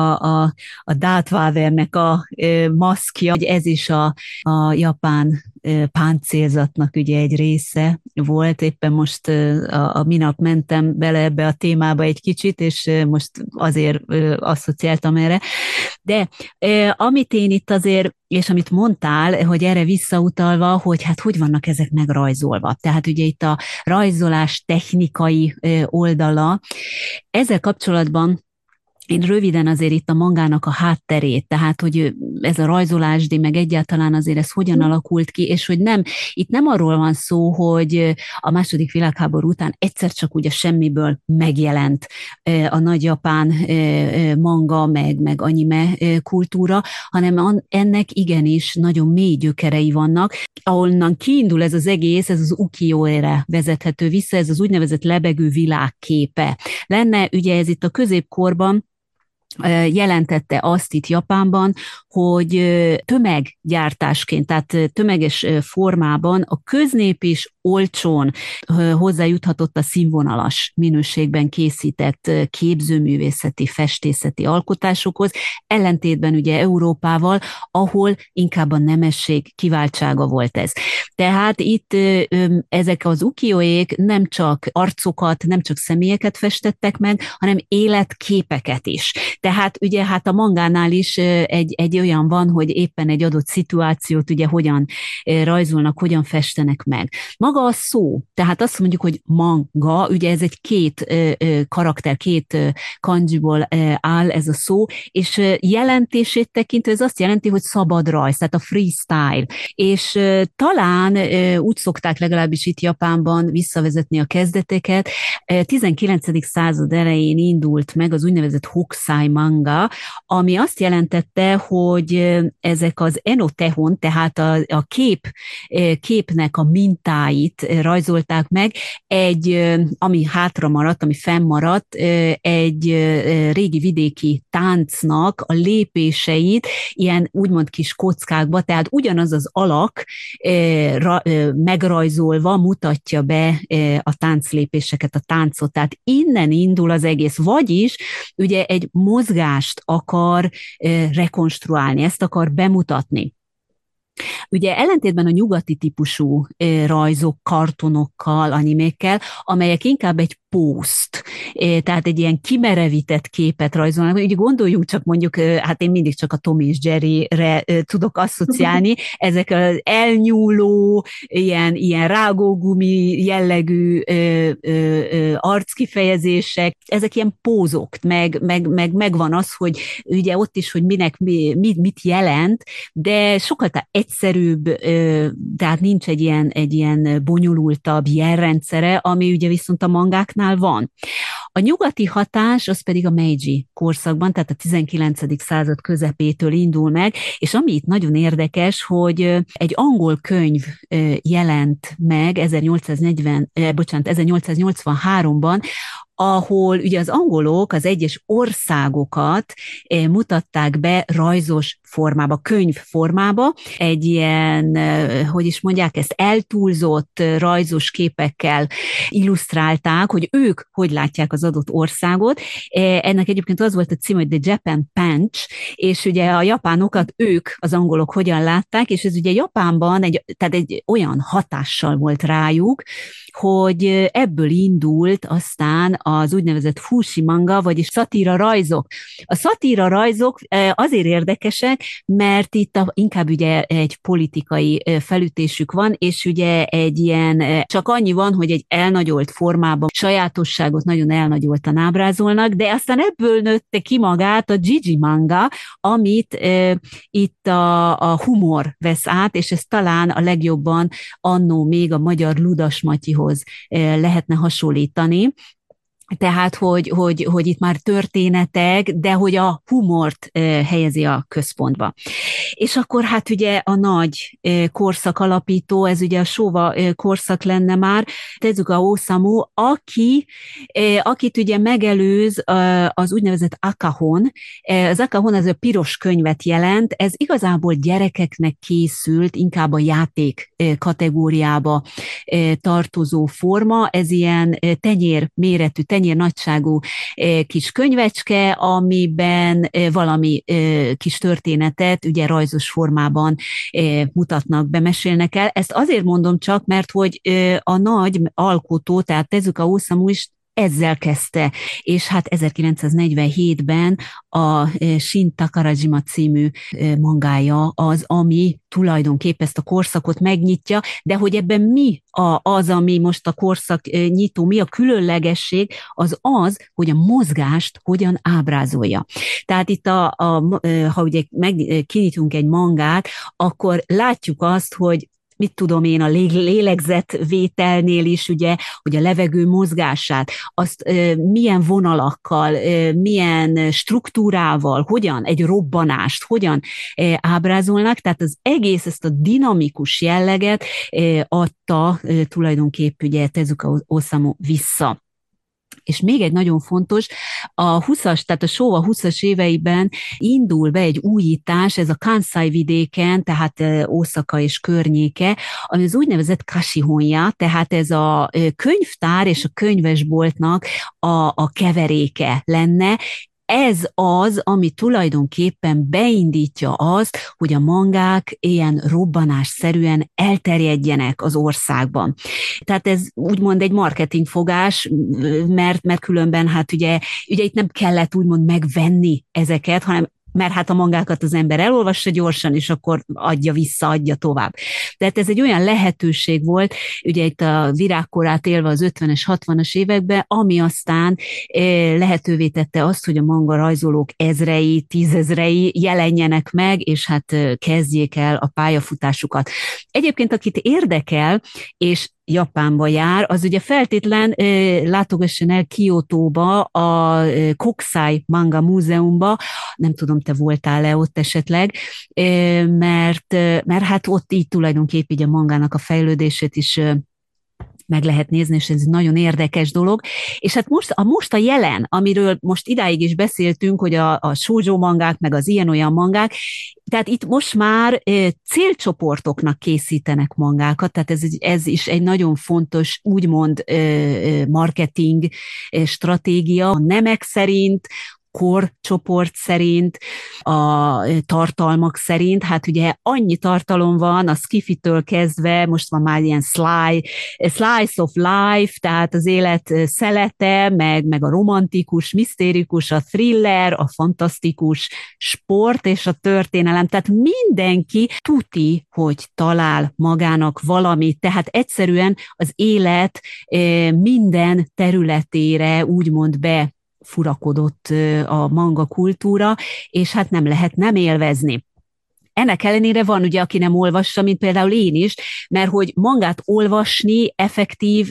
a Darth Vadernek a maszkja, hogy ez is a japán páncélzatnak ugye egy része volt. Éppen most a minap mentem bele ebbe a témába egy kicsit, és most azért asszociáltam erre. De amit én itt azért, és amit mondtál, hogy erre visszautalva, hogy hát hogy vannak ezek megrajzolva. Tehát ugye itt a rajzolás technikai oldala. Ezzel kapcsolatban én röviden azért itt a mangának a hátterét, tehát hogy ez a rajzolásdi, meg egyáltalán azért ez hogyan alakult ki, és hogy nem, itt nem arról van szó, hogy a második világháború után egyszer csak ugye semmiből megjelent a nagy japán manga, meg anime kultúra, hanem ennek igenis nagyon mély gyökerei vannak, ahonnan kiindul ez az egész, ez az ukiyo-re vezethető vissza, ez az úgynevezett lebegő világképe. Lenne ugye ez itt a középkorban, jelentette azt itt Japánban, hogy tömeggyártásként, tehát tömeges formában a köznép is olcsón hozzájuthatott a színvonalas minőségben készített képzőművészeti, festészeti alkotásokhoz, ellentétben ugye Európával, ahol inkább a nemesség kiváltsága volt ez. Tehát itt ezek az ukiyo-ék nem csak arcokat, nem csak személyeket festettek meg, hanem életképeket is. Tehát ugye hát a mangánál is egy olyan van, hogy éppen egy adott szituációt ugye hogyan rajzolnak, hogyan festenek meg. Maga a szó, tehát azt mondjuk, hogy manga, ugye ez egy két karakter, két kanjiból áll ez a szó, és jelentését tekintve ez azt jelenti, hogy szabad rajz, tehát a freestyle. És talán úgy szokták legalábbis itt Japánban visszavezetni a kezdeteket, 19. század elején indult meg az úgynevezett hokusai manga, ami azt jelentette, hogy ezek az enotehon, tehát a képnek a mintáit rajzolták meg, ami hátra maradt, ami fennmaradt, egy régi vidéki táncnak a lépéseit ilyen úgymond kis kockákba, tehát ugyanaz az alak megrajzolva mutatja be a tánclépéseket, a táncot, tehát innen indul az egész, vagyis ugye egy mozgást akar rekonstruálni, ezt akar bemutatni. Ugye ellentétben a nyugati típusú rajzok, kartonokkal, animékkel, amelyek inkább egy pószt, tehát egy ilyen kimerevített képet rajzolnak. Ugye gondoljunk csak mondjuk, hát én mindig csak a Tom és Jerryre tudok asszociálni, ezek az elnyúló, ilyen rágógumi jellegű arckifejezések, ezek ilyen pózok, meg van az, hogy ugye ott is, hogy mit jelent, de sokkal egyszerűbb, tehát nincs egy ilyen bonyolultabb jelrendszere, ami ugye viszont a mangáknál van. A nyugati hatás az pedig a Meiji korszakban, tehát a 19. század közepétől indul meg, és ami itt nagyon érdekes, hogy egy angol könyv jelent meg 1883-ban, ahol ugye az angolok az egyes országokat mutatták be rajzos formába, könyv formába, egy ilyen, hogy is mondják ezt, eltúlzott rajzos képekkel illusztrálták, hogy ők hogy látják az adott országot. Ennek egyébként az volt a cím, hogy The Japan Punch, és ugye a japánokat ők, az angolok hogyan látták, és ez ugye Japánban tehát egy olyan hatással volt rájuk, hogy ebből indult aztán az úgynevezett fushi manga, vagyis szatíra rajzok. A szatíra rajzok azért érdekesek, mert itt inkább ugye egy politikai felütésük van, és ugye egy ilyen, csak annyi van, hogy egy elnagyolt formában sajátosságot nagyon elnagyoltan ábrázolnak, de aztán ebből nőtte ki magát a Gigi manga, amit itt a humor vesz át, és ez talán a legjobban annó még a magyar Ludas Matyihoz lehetne hasonlítani. Tehát, hogy itt már történetek, de hogy a humort helyezi a központba. És akkor hát ugye a nagy korszak alapító, ez ugye a Showa korszak lenne már, Tezuka Osamu, akit ugye megelőz az úgynevezett Akahon. Az Akahon az a piros könyvet jelent, ez igazából gyerekeknek készült, inkább a játék kategóriába tartozó forma, ez ilyen tenyér méretű, tenyér nagyságú kis könyvecske, amiben valami kis történetet ugye rajzos formában mutatnak be, mesélnek el. Ezt azért mondom csak, mert hogy a nagy alkotó, tehát Tezuka Osamu is ezzel kezdte, és hát 1947-ben a Shin Takarajima című mangája az, ami tulajdonképpen ezt a korszakot megnyitja, de hogy ebben mi az, ami most a korszak nyitó, mi a különlegesség, az, hogy a mozgást hogyan ábrázolja. Tehát itt, ha ugye kinyitunk egy mangát, akkor látjuk azt, hogy mit tudom én, a lélegzetvételnél is, ugye, hogy a levegő mozgását, azt milyen vonalakkal, milyen struktúrával, hogyan, egy robbanást, hogyan ábrázolnak, tehát az egész ezt a dinamikus jelleget adta tulajdonképp ugye Tezuka Osamu vissza. És még egy nagyon fontos, a 20-as, tehát a Showa 20-as éveiben indul be egy újítás, ez a Kansai vidéken, tehát Osaka és környéke, ami az úgynevezett Kashihonya, tehát ez a könyvtár és a könyvesboltnak a keveréke lenne. Ez az, ami tulajdonképpen beindítja azt, hogy a mangák ilyen robbanásszerűen elterjedjenek az országban. Tehát ez úgymond egy marketingfogás, mert különben hát ugye itt nem kellett úgymond megvenni ezeket, hanem mert hát a mangákat az ember elolvassa gyorsan, és akkor adja vissza, adja tovább. Tehát ez egy olyan lehetőség volt, ugye itt a virágkorát élve az 50-es, 60-as években, ami aztán lehetővé tette azt, hogy a manga rajzolók ezrei, tízezrei jelenjenek meg, és hát kezdjék el a pályafutásukat. Egyébként, akit érdekel, és Japánba jár, az ugye feltétlen látogasson el Kiotóba, a Kokusai Manga Múzeumba, nem tudom, te voltál-e ott esetleg, mert hát ott így tulajdonképpen így a mangának a fejlődését is meg lehet nézni, és ez egy nagyon érdekes dolog. És hát most a jelen, amiről most idáig is beszéltünk, hogy a shoujo mangák, meg az ilyen-olyan mangák, tehát itt most már célcsoportoknak készítenek mangákat, tehát ez is egy nagyon fontos, úgymond marketing stratégia, a nemek szerint, korcsoport szerint, a tartalmak szerint, hát ugye annyi tartalom van, a skifitől kezdve, most van már ilyen slice of life, tehát az élet szelete, meg a romantikus, misztérikus, a thriller, a fantasztikus sport és a történelem, tehát mindenki tuti, hogy talál magának valamit, tehát egyszerűen az élet minden területére úgymond furakodott a manga kultúra, és hát nem lehet nem élvezni. Ennek ellenére van ugye, aki nem olvassa, mint például én is, mert hogy mangát olvasni effektív,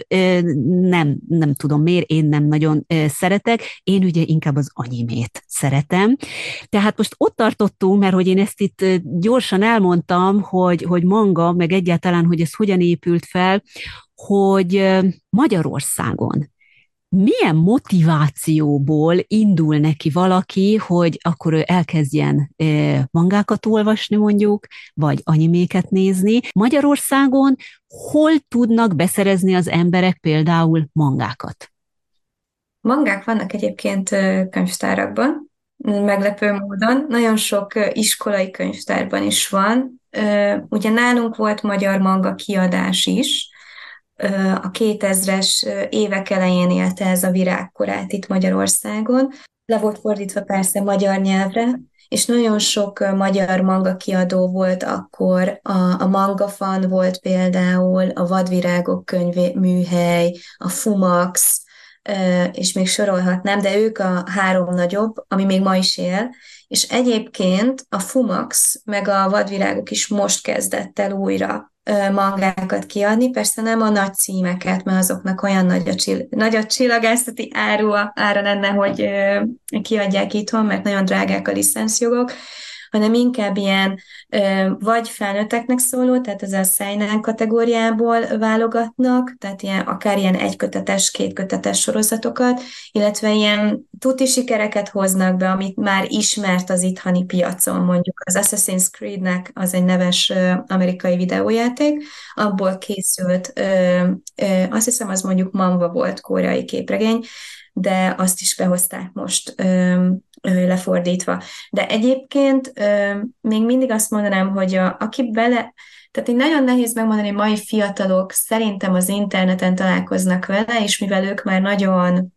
nem tudom miért, én nem nagyon szeretek, én ugye inkább az animét szeretem. Tehát most ott tartottunk, mert hogy én ezt itt gyorsan elmondtam, hogy manga, meg egyáltalán, hogy ez hogyan épült fel, hogy Magyarországon milyen motivációból indul neki valaki, hogy akkor ő elkezdjen mangákat olvasni mondjuk, vagy animéket nézni. Magyarországon hol tudnak beszerezni az emberek például mangákat? Mangák vannak egyébként könyvtárakban, meglepő módon. Nagyon sok iskolai könyvtárban is van. Ugye nálunk volt magyar manga kiadás is. A 2000-es évek elején élte ez a virágkorát itt Magyarországon. Le volt fordítva persze magyar nyelvre, és nagyon sok magyar manga kiadó volt akkor. A Mangafan volt például, a Vadvirágok könyvé műhely, a Fumax, és még sorolhatnám, de ők a három nagyobb, ami még ma is él, és egyébként a Fumax meg a Vadvirágok is most kezdett el újra mangákat kiadni, persze nem a nagy címeket, mert azoknak olyan nagy a csillagászati ára lenne, hogy kiadják itthon, mert nagyon drágák a licenszjogok, hanem inkább ilyen vagy felnőtteknek szóló, tehát ez a seinen kategóriából válogatnak, tehát akár ilyen egykötetes, kétkötetes sorozatokat, illetve ilyen tuti sikereket hoznak be, amit már ismert az itthoni piacon, mondjuk az Assassin's Creed-nek az egy neves amerikai videójáték, abból készült, azt hiszem az mondjuk manhwa volt, koreai képregény, de azt is behozták most lefordítva. De egyébként még mindig azt mondanám, hogy aki tehát így nagyon nehéz megmondani, hogy mai fiatalok szerintem az interneten találkoznak vele, és mivel ők már nagyon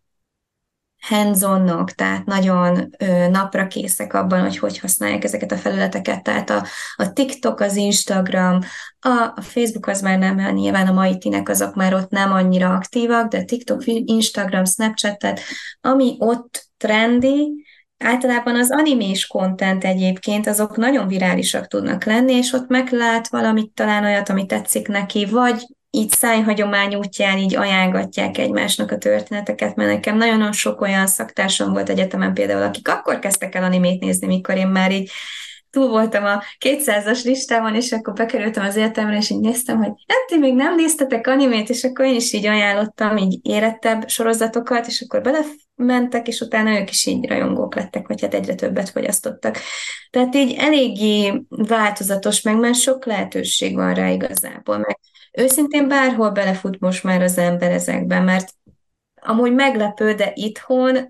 hands-onok, tehát nagyon napra készek abban, hogy használják ezeket a felületeket. Tehát a TikTok, az Instagram, a Facebook az már nem, mert nyilván a mai tinek azok már ott nem annyira aktívak, de TikTok, Instagram, Snapchat, tehát ami ott trendi, általában az animés content egyébként, azok nagyon virálisak tudnak lenni, és ott meglát valamit, talán olyat, ami tetszik neki, vagy így szájhagyomány útján így ajánlgatják egymásnak a történeteket, mert nekem nagyon sok olyan szaktársam volt egyetemen például, akik akkor kezdtek el animét nézni, mikor én már így túl voltam a 200-as listában, és akkor bekerültem az egyetemre, és így néztem, hogy hát ti még nem néztetek animét, és akkor én is így ajánlottam így érettebb sorozatokat, és akkor belementek, és utána ők is így rajongók lettek, vagy hát egyre többet fogyasztottak. Tehát így eléggé változatos, meg már sok lehetőség van rá igazából, meg őszintén bárhol belefut most már az ember ezekben, mert amúgy meglepő, de itthon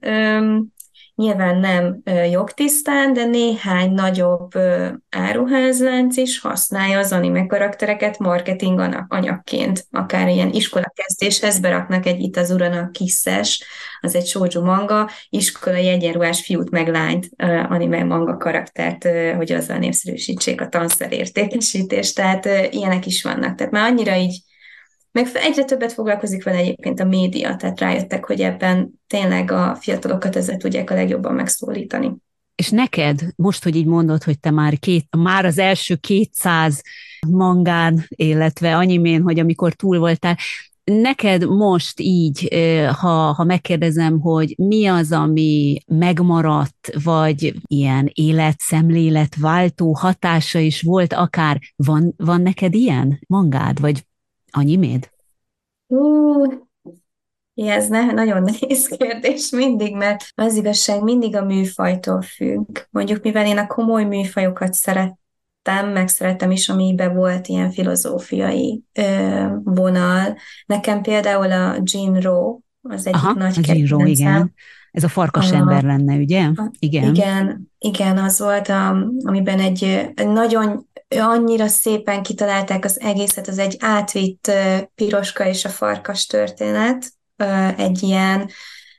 nyilván nem jogtisztán, de néhány nagyobb áruházlánc is használja az anime karaktereket marketing anyagként. Akár ilyen iskolakezdéshez beraknak egy Itazura Kisses, az egy shoujo manga, iskolai egyenruhás fiút meg lányt anime manga karaktert, hogy azzal népszerűsítsék a tanszer értékesítést, tehát ilyenek is vannak. Tehát már annyira így meg egyre többet foglalkozik vele egyébként a média, tehát rájöttek, hogy ebben tényleg a fiatalokat ezzel tudják a legjobban megszólítani. És neked, most, hogy így mondod, hogy te már az első 200 mangán, illetve animén, hogy amikor túl voltál, neked most így, ha megkérdezem, hogy mi az, ami megmaradt, vagy ilyen életszemléletváltó hatása is volt, akár van neked ilyen mangád, vagy animéd? Ez nagyon nehéz kérdés mindig, mert az igazság mindig a műfajtól függ. Mondjuk, mivel én a komoly műfajokat meg szeretem is, amiben volt ilyen filozófiai vonal. Nekem például a Jinro az egyik Aha, nagy a Jinro, kedvencem. igen. Ez a farkas ember lenne, ugye? Igen. Igen, az volt, amiben egy nagyon annyira szépen kitalálták az egészet, az egy átvitt piroska és a farkas történet, egy ilyen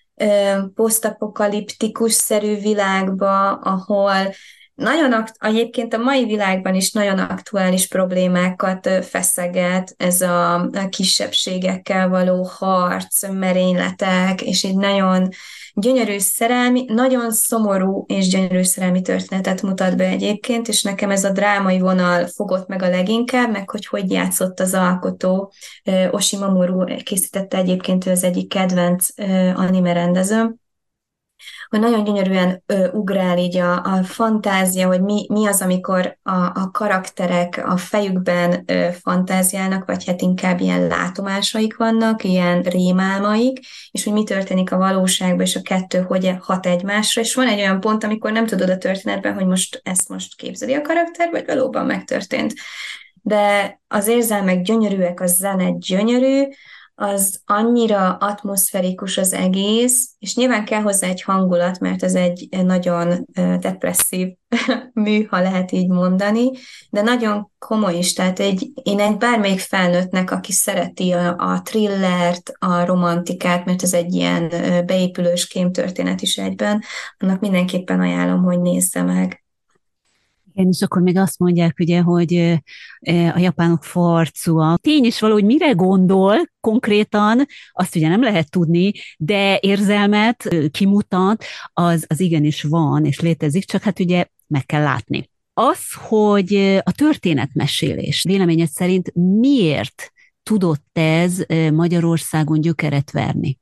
posztapokaliptikus-szerű világba, ahol egyébként a mai világban is nagyon aktuális problémákat feszeget ez a kisebbségekkel való harc, merényletek, és egy nagyon gyönyörű szerelmi, nagyon szomorú és gyönyörű szerelmi történetet mutat be egyébként, és nekem ez a drámai vonal fogott meg a leginkább, meg hogy játszott az alkotó. Oshimamuru készítette egyébként, ő az egyik kedvenc anime rendezőm, hogy nagyon gyönyörűen ugrál így a fantázia, hogy mi az, amikor a karakterek a fejükben fantáziálnak, vagy hát inkább ilyen látomásaik vannak, ilyen rémálmaik, és hogy mi történik a valóságban, és a kettő hogy hat egymásra, és van egy olyan pont, amikor nem tudod a történetben, hogy ezt képzeli a karakter, vagy valóban megtörtént. De az érzelmek gyönyörűek, a zene gyönyörű, az annyira atmoszferikus az egész, és nyilván kell hozzá egy hangulat, mert ez egy nagyon depresszív mű, ha lehet így mondani, de nagyon komoly is, tehát én egy bármelyik felnőttnek, aki szereti a thrillert, a romantikát, mert ez egy ilyen beépülős kémtörténet is egyben, annak mindenképpen ajánlom, hogy nézze meg. Igen, és akkor még azt mondják, ugye, hogy a japánok farcúak. Tény is való, hogy mire gondol konkrétan, azt ugye nem lehet tudni, de érzelmet kimutat, az igenis van, és létezik, csak hát ugye meg kell látni. Az, hogy a történetmesélés véleményed szerint miért tudott ez Magyarországon gyökeret verni?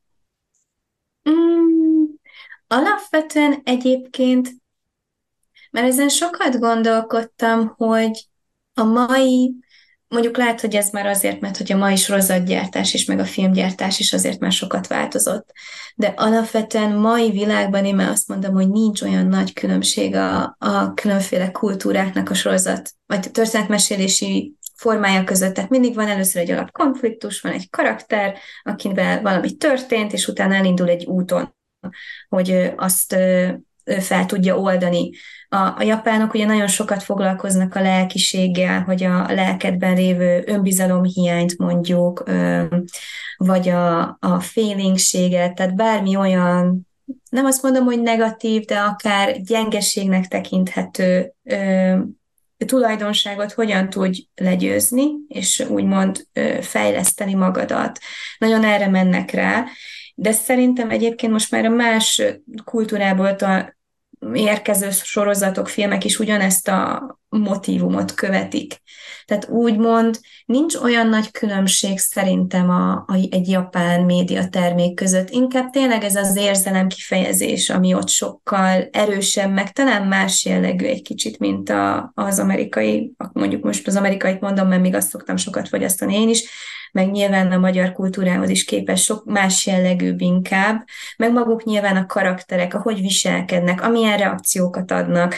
Mm, alapvetően egyébként, mert ezen sokat gondolkodtam, hogy a mai, mondjuk lehet, hogy ez már azért, mert hogy a mai sorozatgyártás is, meg a filmgyártás is azért már sokat változott. De alapvetően mai világban én már azt mondom, hogy nincs olyan nagy különbség a különféle kultúráknak a sorozat, vagy a történetmesélési formája között. Tehát mindig van először egy alapkonfliktus, van egy karakter, akivel valami történt, és utána elindul egy úton, hogy azt fel tudja oldani. A japánok ugye nagyon sokat foglalkoznak a lelkiséggel, hogy a lelkedben lévő önbizalomhiányt mondjuk, vagy a félingséget, tehát bármi olyan, nem azt mondom, hogy negatív, de akár gyengeségnek tekinthető tulajdonságot hogyan tudj legyőzni, és úgymond fejleszteni magadat. Nagyon erre mennek rá, de szerintem egyébként most már a más kultúrából érkező sorozatok, filmek is ugyanezt a motívumot követik. Tehát úgymond nincs olyan nagy különbség szerintem egy japán médiatermék között. Inkább tényleg ez az érzelem kifejezés, ami ott sokkal erősebb, meg talán más jellegű egy kicsit, mint az amerikai, mondjuk most az amerikait mondom, mert még azt szoktam sokat fogyasztani én is, meg nyilván a magyar kultúrához is képes sok más jellegűbb inkább, meg maguk nyilván a karakterek, ahogy viselkednek, amilyen reakciókat adnak.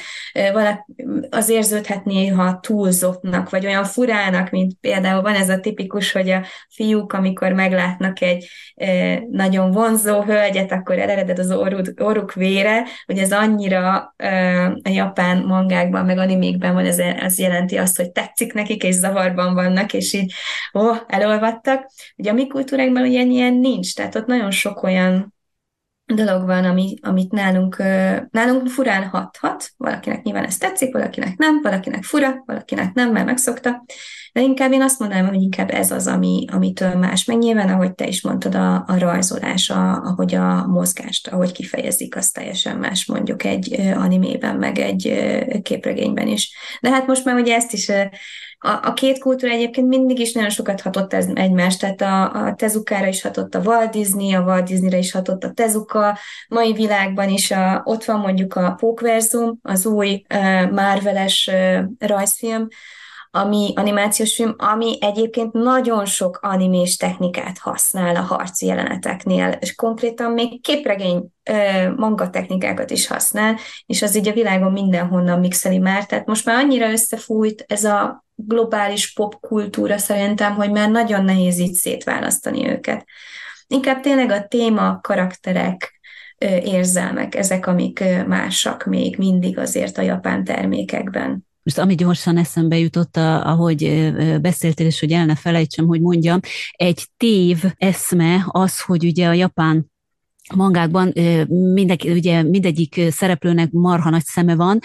Az érződhet néha túlzottnak, vagy olyan furának, mint például van ez a tipikus, hogy a fiúk, amikor meglátnak egy nagyon vonzó hölgyet, akkor elereded az orruk vére, hogy ez annyira a japán mangákban, meg animékben van, ez jelenti azt, hogy tetszik nekik, és zavarban vannak, és így elolvadtak. Ugye a mi kultúrákban ugye ilyen nincs, tehát ott nagyon sok olyan dolog van, amit nálunk furán hathat. Valakinek nyilván ez tetszik, valakinek nem, valakinek fura, valakinek nem, mert megszokta. De inkább én azt mondanám, hogy inkább ez az, amitől más. Meg nyilván, ahogy te is mondtad, a rajzolás, ahogy a mozgást, ahogy kifejezik, az teljesen más mondjuk egy animében, meg egy képregényben is. De hát most már ugye ezt is a két kultúra egyébként mindig is nagyon sokat hatott egymást, tehát a Tezukára is hatott a Walt Disney, a Walt Disneyre is hatott a Tezuka, mai világban is ott van mondjuk a Pókverzum, az új Marvel-es rajzfilm, ami animációs film, ami egyébként nagyon sok animés technikát használ a harci jeleneteknél, és konkrétan még képregény manga technikákat is használ, és az így a világon mindenhonnan mixeli már, tehát most már annyira összefújt ez a globális popkultúra szerintem, hogy már nagyon nehéz így szétválasztani őket. Inkább tényleg a téma, karakterek, érzelmek, ezek, amik másak még mindig azért a japán termékekben. Most ami gyorsan eszembe jutott, ahogy beszéltél, és hogy el ne felejtsem, hogy mondjam, egy tév eszme az, hogy ugye a japán mangákban ugye mindegyik szereplőnek marha nagy szeme van,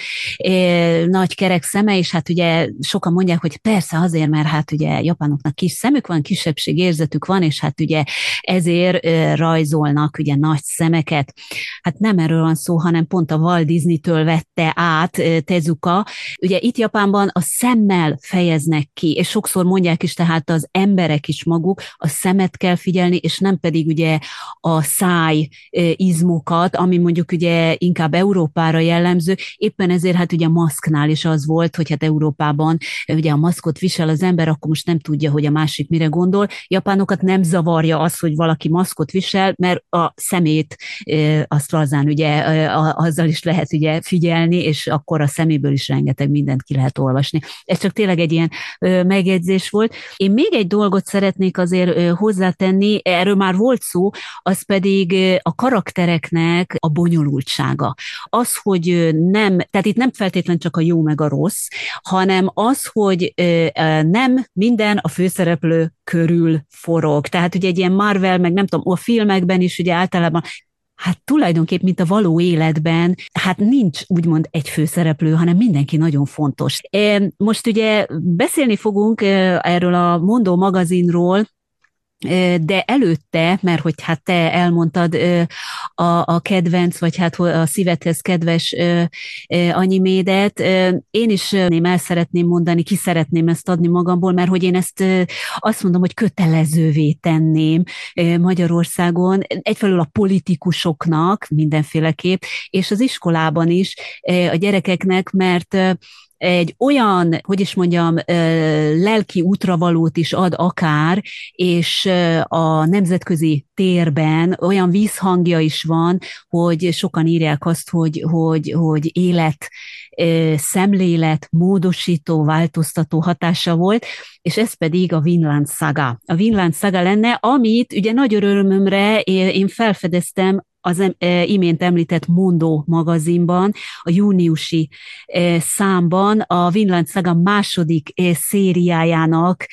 nagy kerek szeme, és hát ugye sokan mondják, hogy persze azért, mert hát ugye japánoknak kis szemük van, kisebbség érzetük van, és hát ugye ezért rajzolnak ugye nagy szemeket. Hát nem erről van szó, hanem pont a Walt Disney-től vette át Tezuka. Ugye itt Japánban a szemmel fejeznek ki, és sokszor mondják is, tehát az emberek is maguk, a szemet kell figyelni, és nem pedig ugye a száj izmokat, ami mondjuk ugye inkább Európára jellemző, éppen ezért hát ugye a maszknál is az volt, hogy hát Európában ugye a maszkot visel az ember, akkor most nem tudja, hogy a másik mire gondol. Japánokat nem zavarja az, hogy valaki maszkot visel, mert a szemét azt lazán ugye azzal is lehet ugye figyelni, és akkor a szeméből is rengeteg mindent ki lehet olvasni. Ez csak tényleg egy ilyen megjegyzés volt. Én még egy dolgot szeretnék azért hozzátenni, erről már volt szó, az pedig a karaktereknek a bonyolultsága. Az, hogy nem, tehát itt nem feltétlenül csak a jó meg a rossz, hanem az, hogy nem minden a főszereplő körül forog. Tehát ugye egy ilyen Marvel, meg nem tudom, a filmekben is ugye általában hát tulajdonképp, mint a való életben, hát nincs úgymond egy főszereplő, hanem mindenki nagyon fontos. Most ugye beszélni fogunk erről a Mondó magazinról, de előtte, mert hogy hát te elmondtad a kedvenc, vagy hát a szívedhez kedves animédet, én is el szeretném mondani, ki szeretném ezt adni magamból, mert hogy én ezt azt mondom, hogy kötelezővé tenném Magyarországon, egyfelől a politikusoknak mindenféleképp, és az iskolában is a gyerekeknek, mert egy olyan, hogy is mondjam, lelki útravalót is ad akár, és a nemzetközi térben olyan vízhangja is van, hogy sokan írják azt, hogy élet, szemlélet, módosító, változtató hatása volt, és ez pedig a Vinland Saga. A Vinland Saga lenne, amit ugye nagy örömömre én felfedeztem az imént említett Mondó magazinban, a júniusi számban a Vinland Saga második szériájának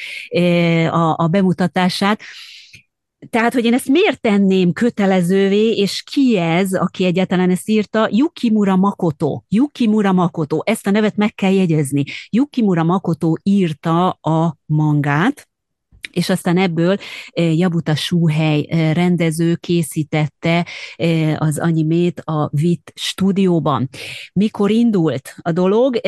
a bemutatását. Tehát, hogy én ezt miért tenném kötelezővé, és ki ez, aki egyáltalán ezt írta? Yukimura Makoto. Yukimura Makoto. Ezt a nevet meg kell jegyezni. Yukimura Makoto írta a mangát, és aztán ebből Jabuta Shuhei rendező készítette az animét a VIT stúdióban. Mikor indult a dolog?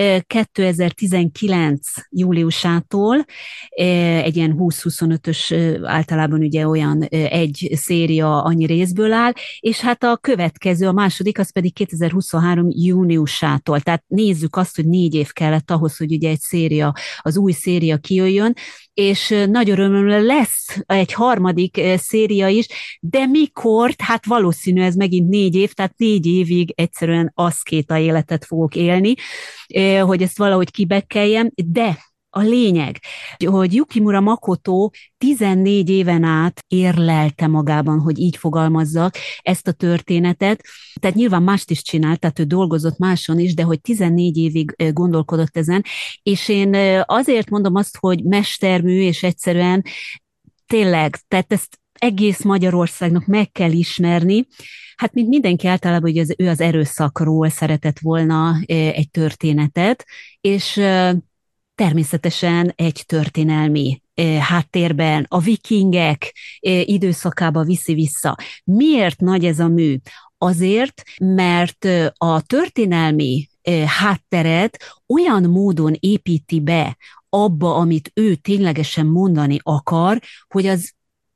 2019 júliusától egy ilyen 20-25-ös általában ugye olyan egy széria annyi részből áll, és hát a következő, a második, az pedig 2023 júniusától. Tehát nézzük azt, hogy 4 év kellett ahhoz, hogy ugye egy széria, az új széria kijöjjön, és nagy örömömre lesz egy harmadik széria is, de mikor? Hát valószínű ez megint 4 év, tehát 4 évig egyszerűen aszkéta életet fogok élni, hogy ezt valahogy kibekkeljem, de a lényeg, hogy Yukimura Makoto 14 éven át érlelte magában, hogy így fogalmazzak ezt a történetet, tehát nyilván mást is csinált, tehát ő dolgozott máson is, de hogy 14 évig gondolkodott ezen, és én azért mondom azt, hogy mestermű, és egyszerűen tényleg, tehát ezt egész Magyarországnak meg kell ismerni. Hát mint mindenki általában, hogy ő az erőszakról szeretett volna egy történetet, és természetesen egy történelmi háttérben a vikingek időszakába viszi vissza. Miért nagy ez a mű? Azért, mert a történelmi hátteret olyan módon építi be abba, amit ő ténylegesen mondani akar, hogy az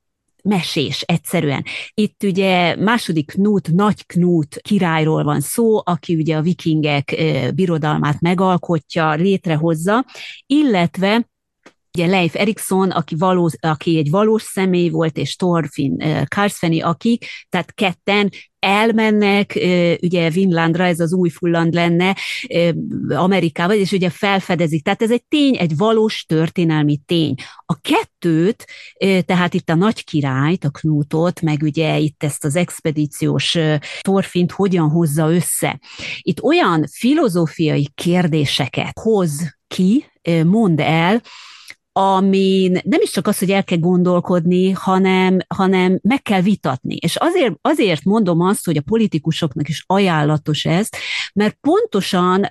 mesés egyszerűen. Itt ugye második Knut, Nagy Knut királyról van szó, aki ugye a vikingek birodalmát megalkotja, létrehozza, illetve ugye Leif Erikson, aki egy valós személy volt, és Thorfinn Karlsefni, akik, tehát ketten elmennek, ugye Vinlandra, ez az Új-Fulland lenne Amerikába, és ugye felfedezik. Tehát ez egy tény, egy valós történelmi tény. A kettőt, tehát itt a nagy királyt, a Knutot, meg ugye itt ezt az expedíciós Thorfinnt hogyan hozza össze. Itt olyan filozófiai kérdéseket hoz ki, mond el, amin nem is csak az, hogy el kell gondolkodni, hanem meg kell vitatni. És azért mondom azt, hogy a politikusoknak is ajánlatos ez, mert pontosan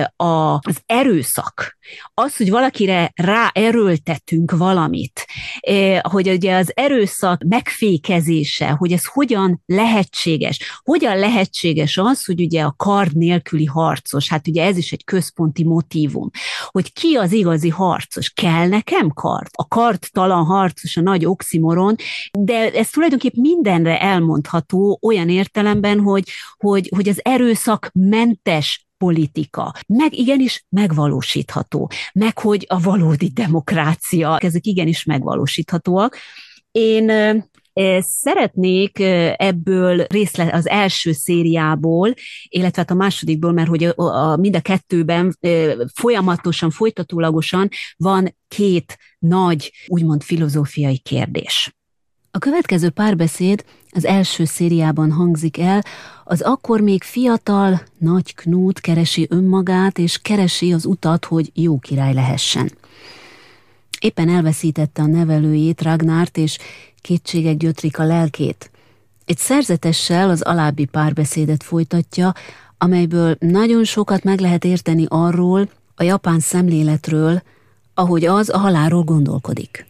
az erőszak, az, hogy valakire ráerőltetünk valamit, hogy ugye az erőszak megfékezése, hogy ez hogyan lehetséges. Hogyan lehetséges az, hogy ugye a kard nélküli harcos, hát ugye ez is egy központi motívum, hogy ki az igazi harcos, kell nekem kemkart, a karttalan harcos, a nagy oximoron, de ez tulajdonképpen mindenre elmondható olyan értelemben, hogy az erőszakmentes politika, meg igenis megvalósítható, meg hogy a valódi demokrácia, ezek igenis megvalósíthatóak. Én szeretnék ebből az első szériából, illetve hát a másodikból, mert hogy mind a kettőben folyamatosan, folytatólagosan van két nagy, úgymond filozófiai kérdés. A következő párbeszéd az első szériában hangzik el, az akkor még fiatal Nagy Knut keresi önmagát, és keresi az utat, hogy jó király lehessen. Éppen elveszítette a nevelőjét, Ragnárt, és kétségek gyötrik a lelkét. Egy szerzetessel az alábbi párbeszédet folytatja, amelyből nagyon sokat meg lehet érteni arról, a japán szemléletről, ahogy az a halálról gondolkodik.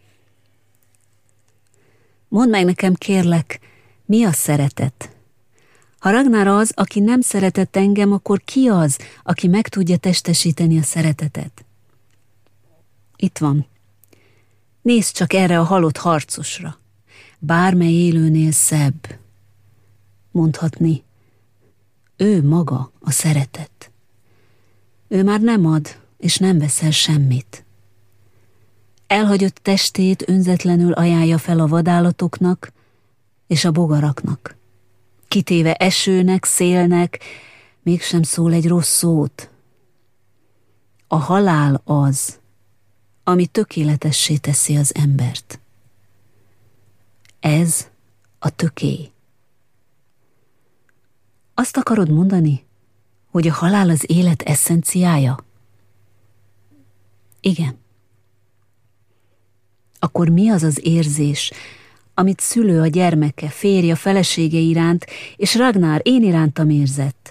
Mondd meg nekem, kérlek, mi a szeretet? Ha Ragnar az, aki nem szeretett engem, akkor ki az, aki meg tudja testesíteni a szeretetet? Itt van. Nézd csak erre a halott harcosra. Bármely élőnél szebb. Mondhatni, ő maga a szeretet. Ő már nem ad, és nem veszel semmit. Elhagyott testét önzetlenül ajánlja fel a vadállatoknak és a bogaraknak. Kitéve esőnek, szélnek, mégsem szól egy rossz szót. A halál az, ami tökéletessé teszi az embert. Ez a tökély. Azt akarod mondani, hogy a halál az élet eszenciája? Igen. Akkor mi az az érzés, amit szülő a gyermeke, férje, felesége iránt, és Ragnar én irántam érzett?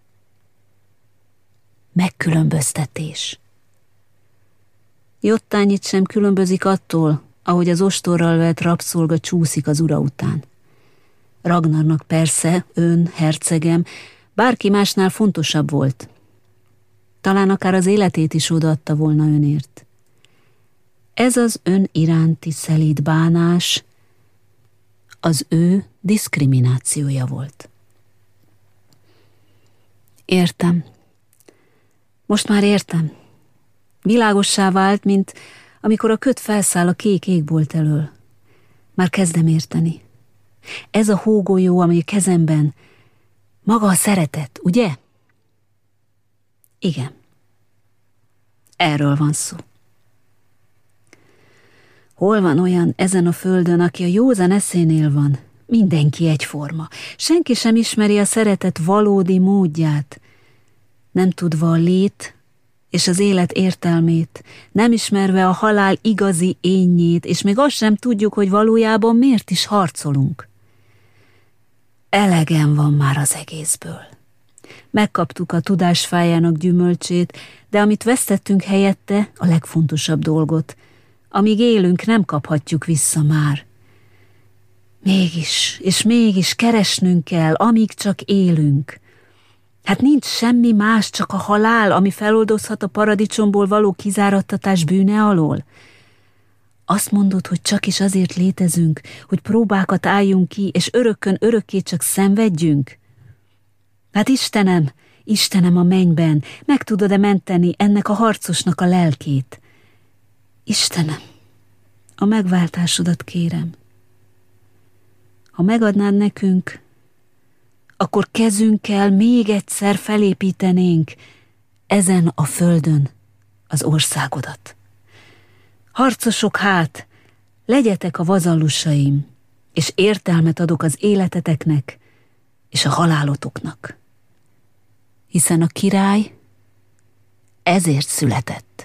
Megkülönböztetés. Jottányit sem különbözik attól, ahogy az ostorral vett rabszolga csúszik az ura után. Ragnarnak persze, ön, hercegem, bárki másnál fontosabb volt. Talán akár az életét is odaadta volna önért. Ez az ön iránti szelíd bánás az ő diszkriminációja volt. Értem. Most már értem. Világossá vált, mint amikor a köd felszáll a kék égbolt elől. Már kezdem érteni. Ez a hógolyó, ami a kezemben, maga a szeretet, ugye? Igen. Erről van szó. Hol van olyan ezen a földön, aki a józan eszénél van? Mindenki egyforma. Senki sem ismeri a szeretet valódi módját. Nem tudva a lét és az élet értelmét, nem ismerve a halál igazi énnyét, és még azt sem tudjuk, hogy valójában miért is harcolunk. Elegem van már az egészből. Megkaptuk a tudás fájának gyümölcsét, de amit vesztettünk helyette, a legfontosabb dolgot, amíg élünk, nem kaphatjuk vissza már. Mégis, és mégis keresnünk kell, amíg csak élünk. Hát nincs semmi más, csak a halál, ami feloldozhat a paradicsomból való kizárattatás bűne alól. Azt mondod, hogy csak is azért létezünk, hogy próbákat álljunk ki, és örökkön örökké csak szenvedjünk? Hát Istenem a mennyben, meg tudod-e menteni ennek a harcosnak a lelkét? Istenem, a megváltásodat kérem. Ha megadnád nekünk, akkor kezünkkel még egyszer felépítenénk ezen a földön az országodat. Harcosok hát, legyetek a vazallusaim, és értelmet adok az életeteknek és a halálotoknak. Hiszen a király ezért született.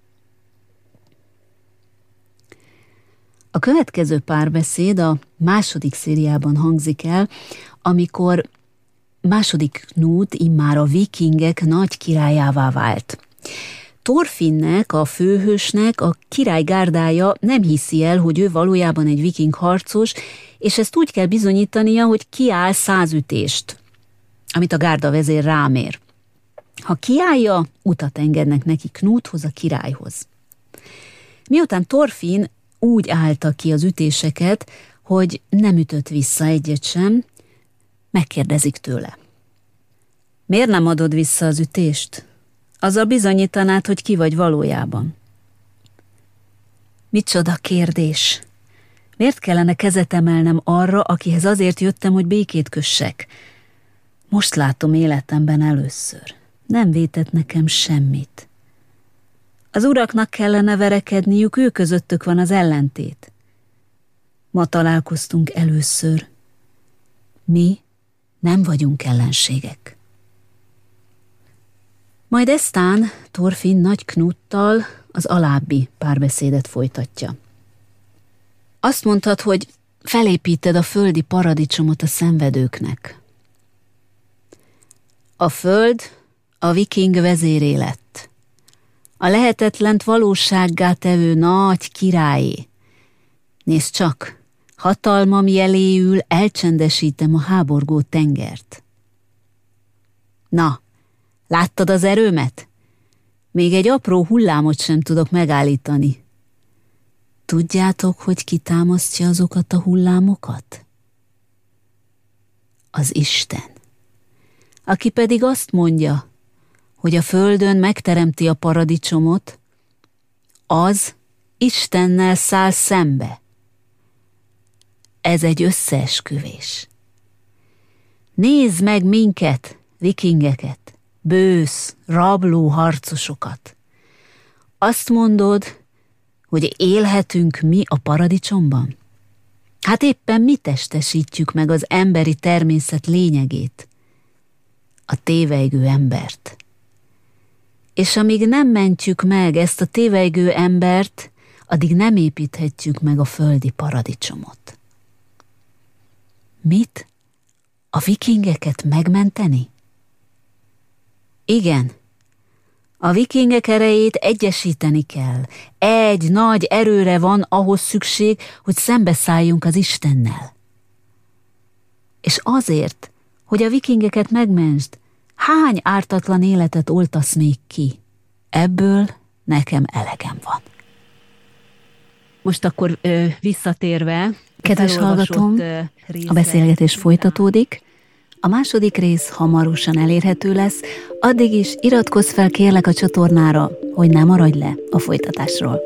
A következő párbeszéd a második szériában hangzik el, amikor második Knut immár a vikingek nagy királyává vált. Thorfinnnek, a főhősnek a király gárdája nem hiszi el, hogy ő valójában egy viking harcos, és ezt úgy kell bizonyítania, hogy kiáll 100 ütést, amit a gárdavezér rámér. Ha kiállja, utat engednek neki Knuthoz, a királyhoz. Miután Thorfinn úgy állta ki az ütéseket, hogy nem ütött vissza egyet sem, megkérdezik tőle. Miért nem adod vissza az ütést? Azzal bizonyítanád, hogy ki vagy valójában. Micsoda kérdés! Miért kellene kezet emelnem arra, akihez azért jöttem, hogy békét kössek? Most látom életemben először. Nem vétett nekem semmit. Az uraknak kellene verekedniük, ő közöttük van az ellentét. Ma találkoztunk először. Mi nem vagyunk ellenségek. Majd eztán Thorfinn Nagy Knuttal az alábbi párbeszédet folytatja. Azt mondtad, hogy felépíted a földi paradicsomot a szenvedőknek. A föld a viking vezéré lett. A lehetetlent valósággá tevő nagy királyé. Nézd csak, hatalmam jeléül elcsendesítem a háborgó tengert. Na, láttad az erőmet? Még egy apró hullámot sem tudok megállítani. Tudjátok, hogy ki támasztja azokat a hullámokat? Az Isten. Aki pedig azt mondja, hogy a földön megteremti a paradicsomot, az Istennel száll szembe. Ez egy összeesküvés. Nézd meg minket, vikingeket, bősz, rabló harcosokat. Azt mondod, hogy élhetünk mi a paradicsomban? Hát éppen mi testesítjük meg az emberi természet lényegét, a tévejgő embert. És amíg nem mentjük meg ezt a tévejgő embert, addig nem építhetjük meg a földi paradicsomot. Mit? A vikingeket megmenteni? Igen. A vikingek erejét egyesíteni kell. Egy nagy erőre van ahhoz szükség, hogy szembeszálljunk az Istennel. És azért, hogy a vikingeket megmentsd, hány ártatlan életet oltasz még ki? Ebből nekem elegem van. Most akkor visszatérve, kedves hallgatóm, a beszélgetés folytatódik. A második rész hamarosan elérhető lesz, addig is iratkozz fel kérlek a csatornára, hogy ne maradj le a folytatásról.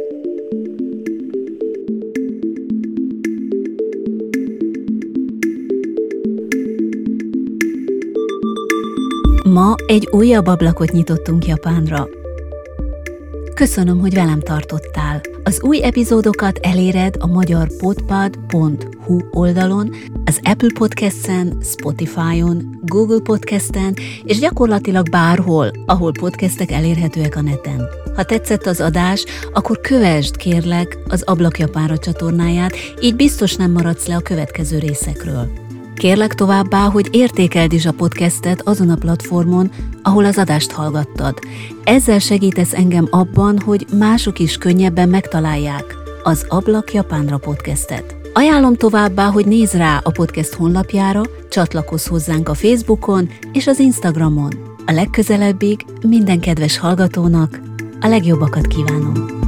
Ma egy újabb ablakot nyitottunk Japánra. Köszönöm, hogy velem tartottál. Az új epizódokat eléred a magyarpodpad.hu oldalon, az Apple Podcasten, Spotify-on, Google Podcasten és gyakorlatilag bárhol, ahol podcastek elérhetőek a neten. Ha tetszett az adás, akkor kövesd kérlek az Ablak Japánra csatornáját, így biztos nem maradsz le a következő részekről. Kérlek továbbá, hogy értékeld is a podcastet azon a platformon, ahol az adást hallgattad. Ezzel segítesz engem abban, hogy mások is könnyebben megtalálják az Ablak Japánra podcastet. Ajánlom továbbá, hogy nézz rá a podcast honlapjára, csatlakozz hozzánk a Facebookon és az Instagramon. A legközelebbig minden kedves hallgatónak a legjobbakat kívánom.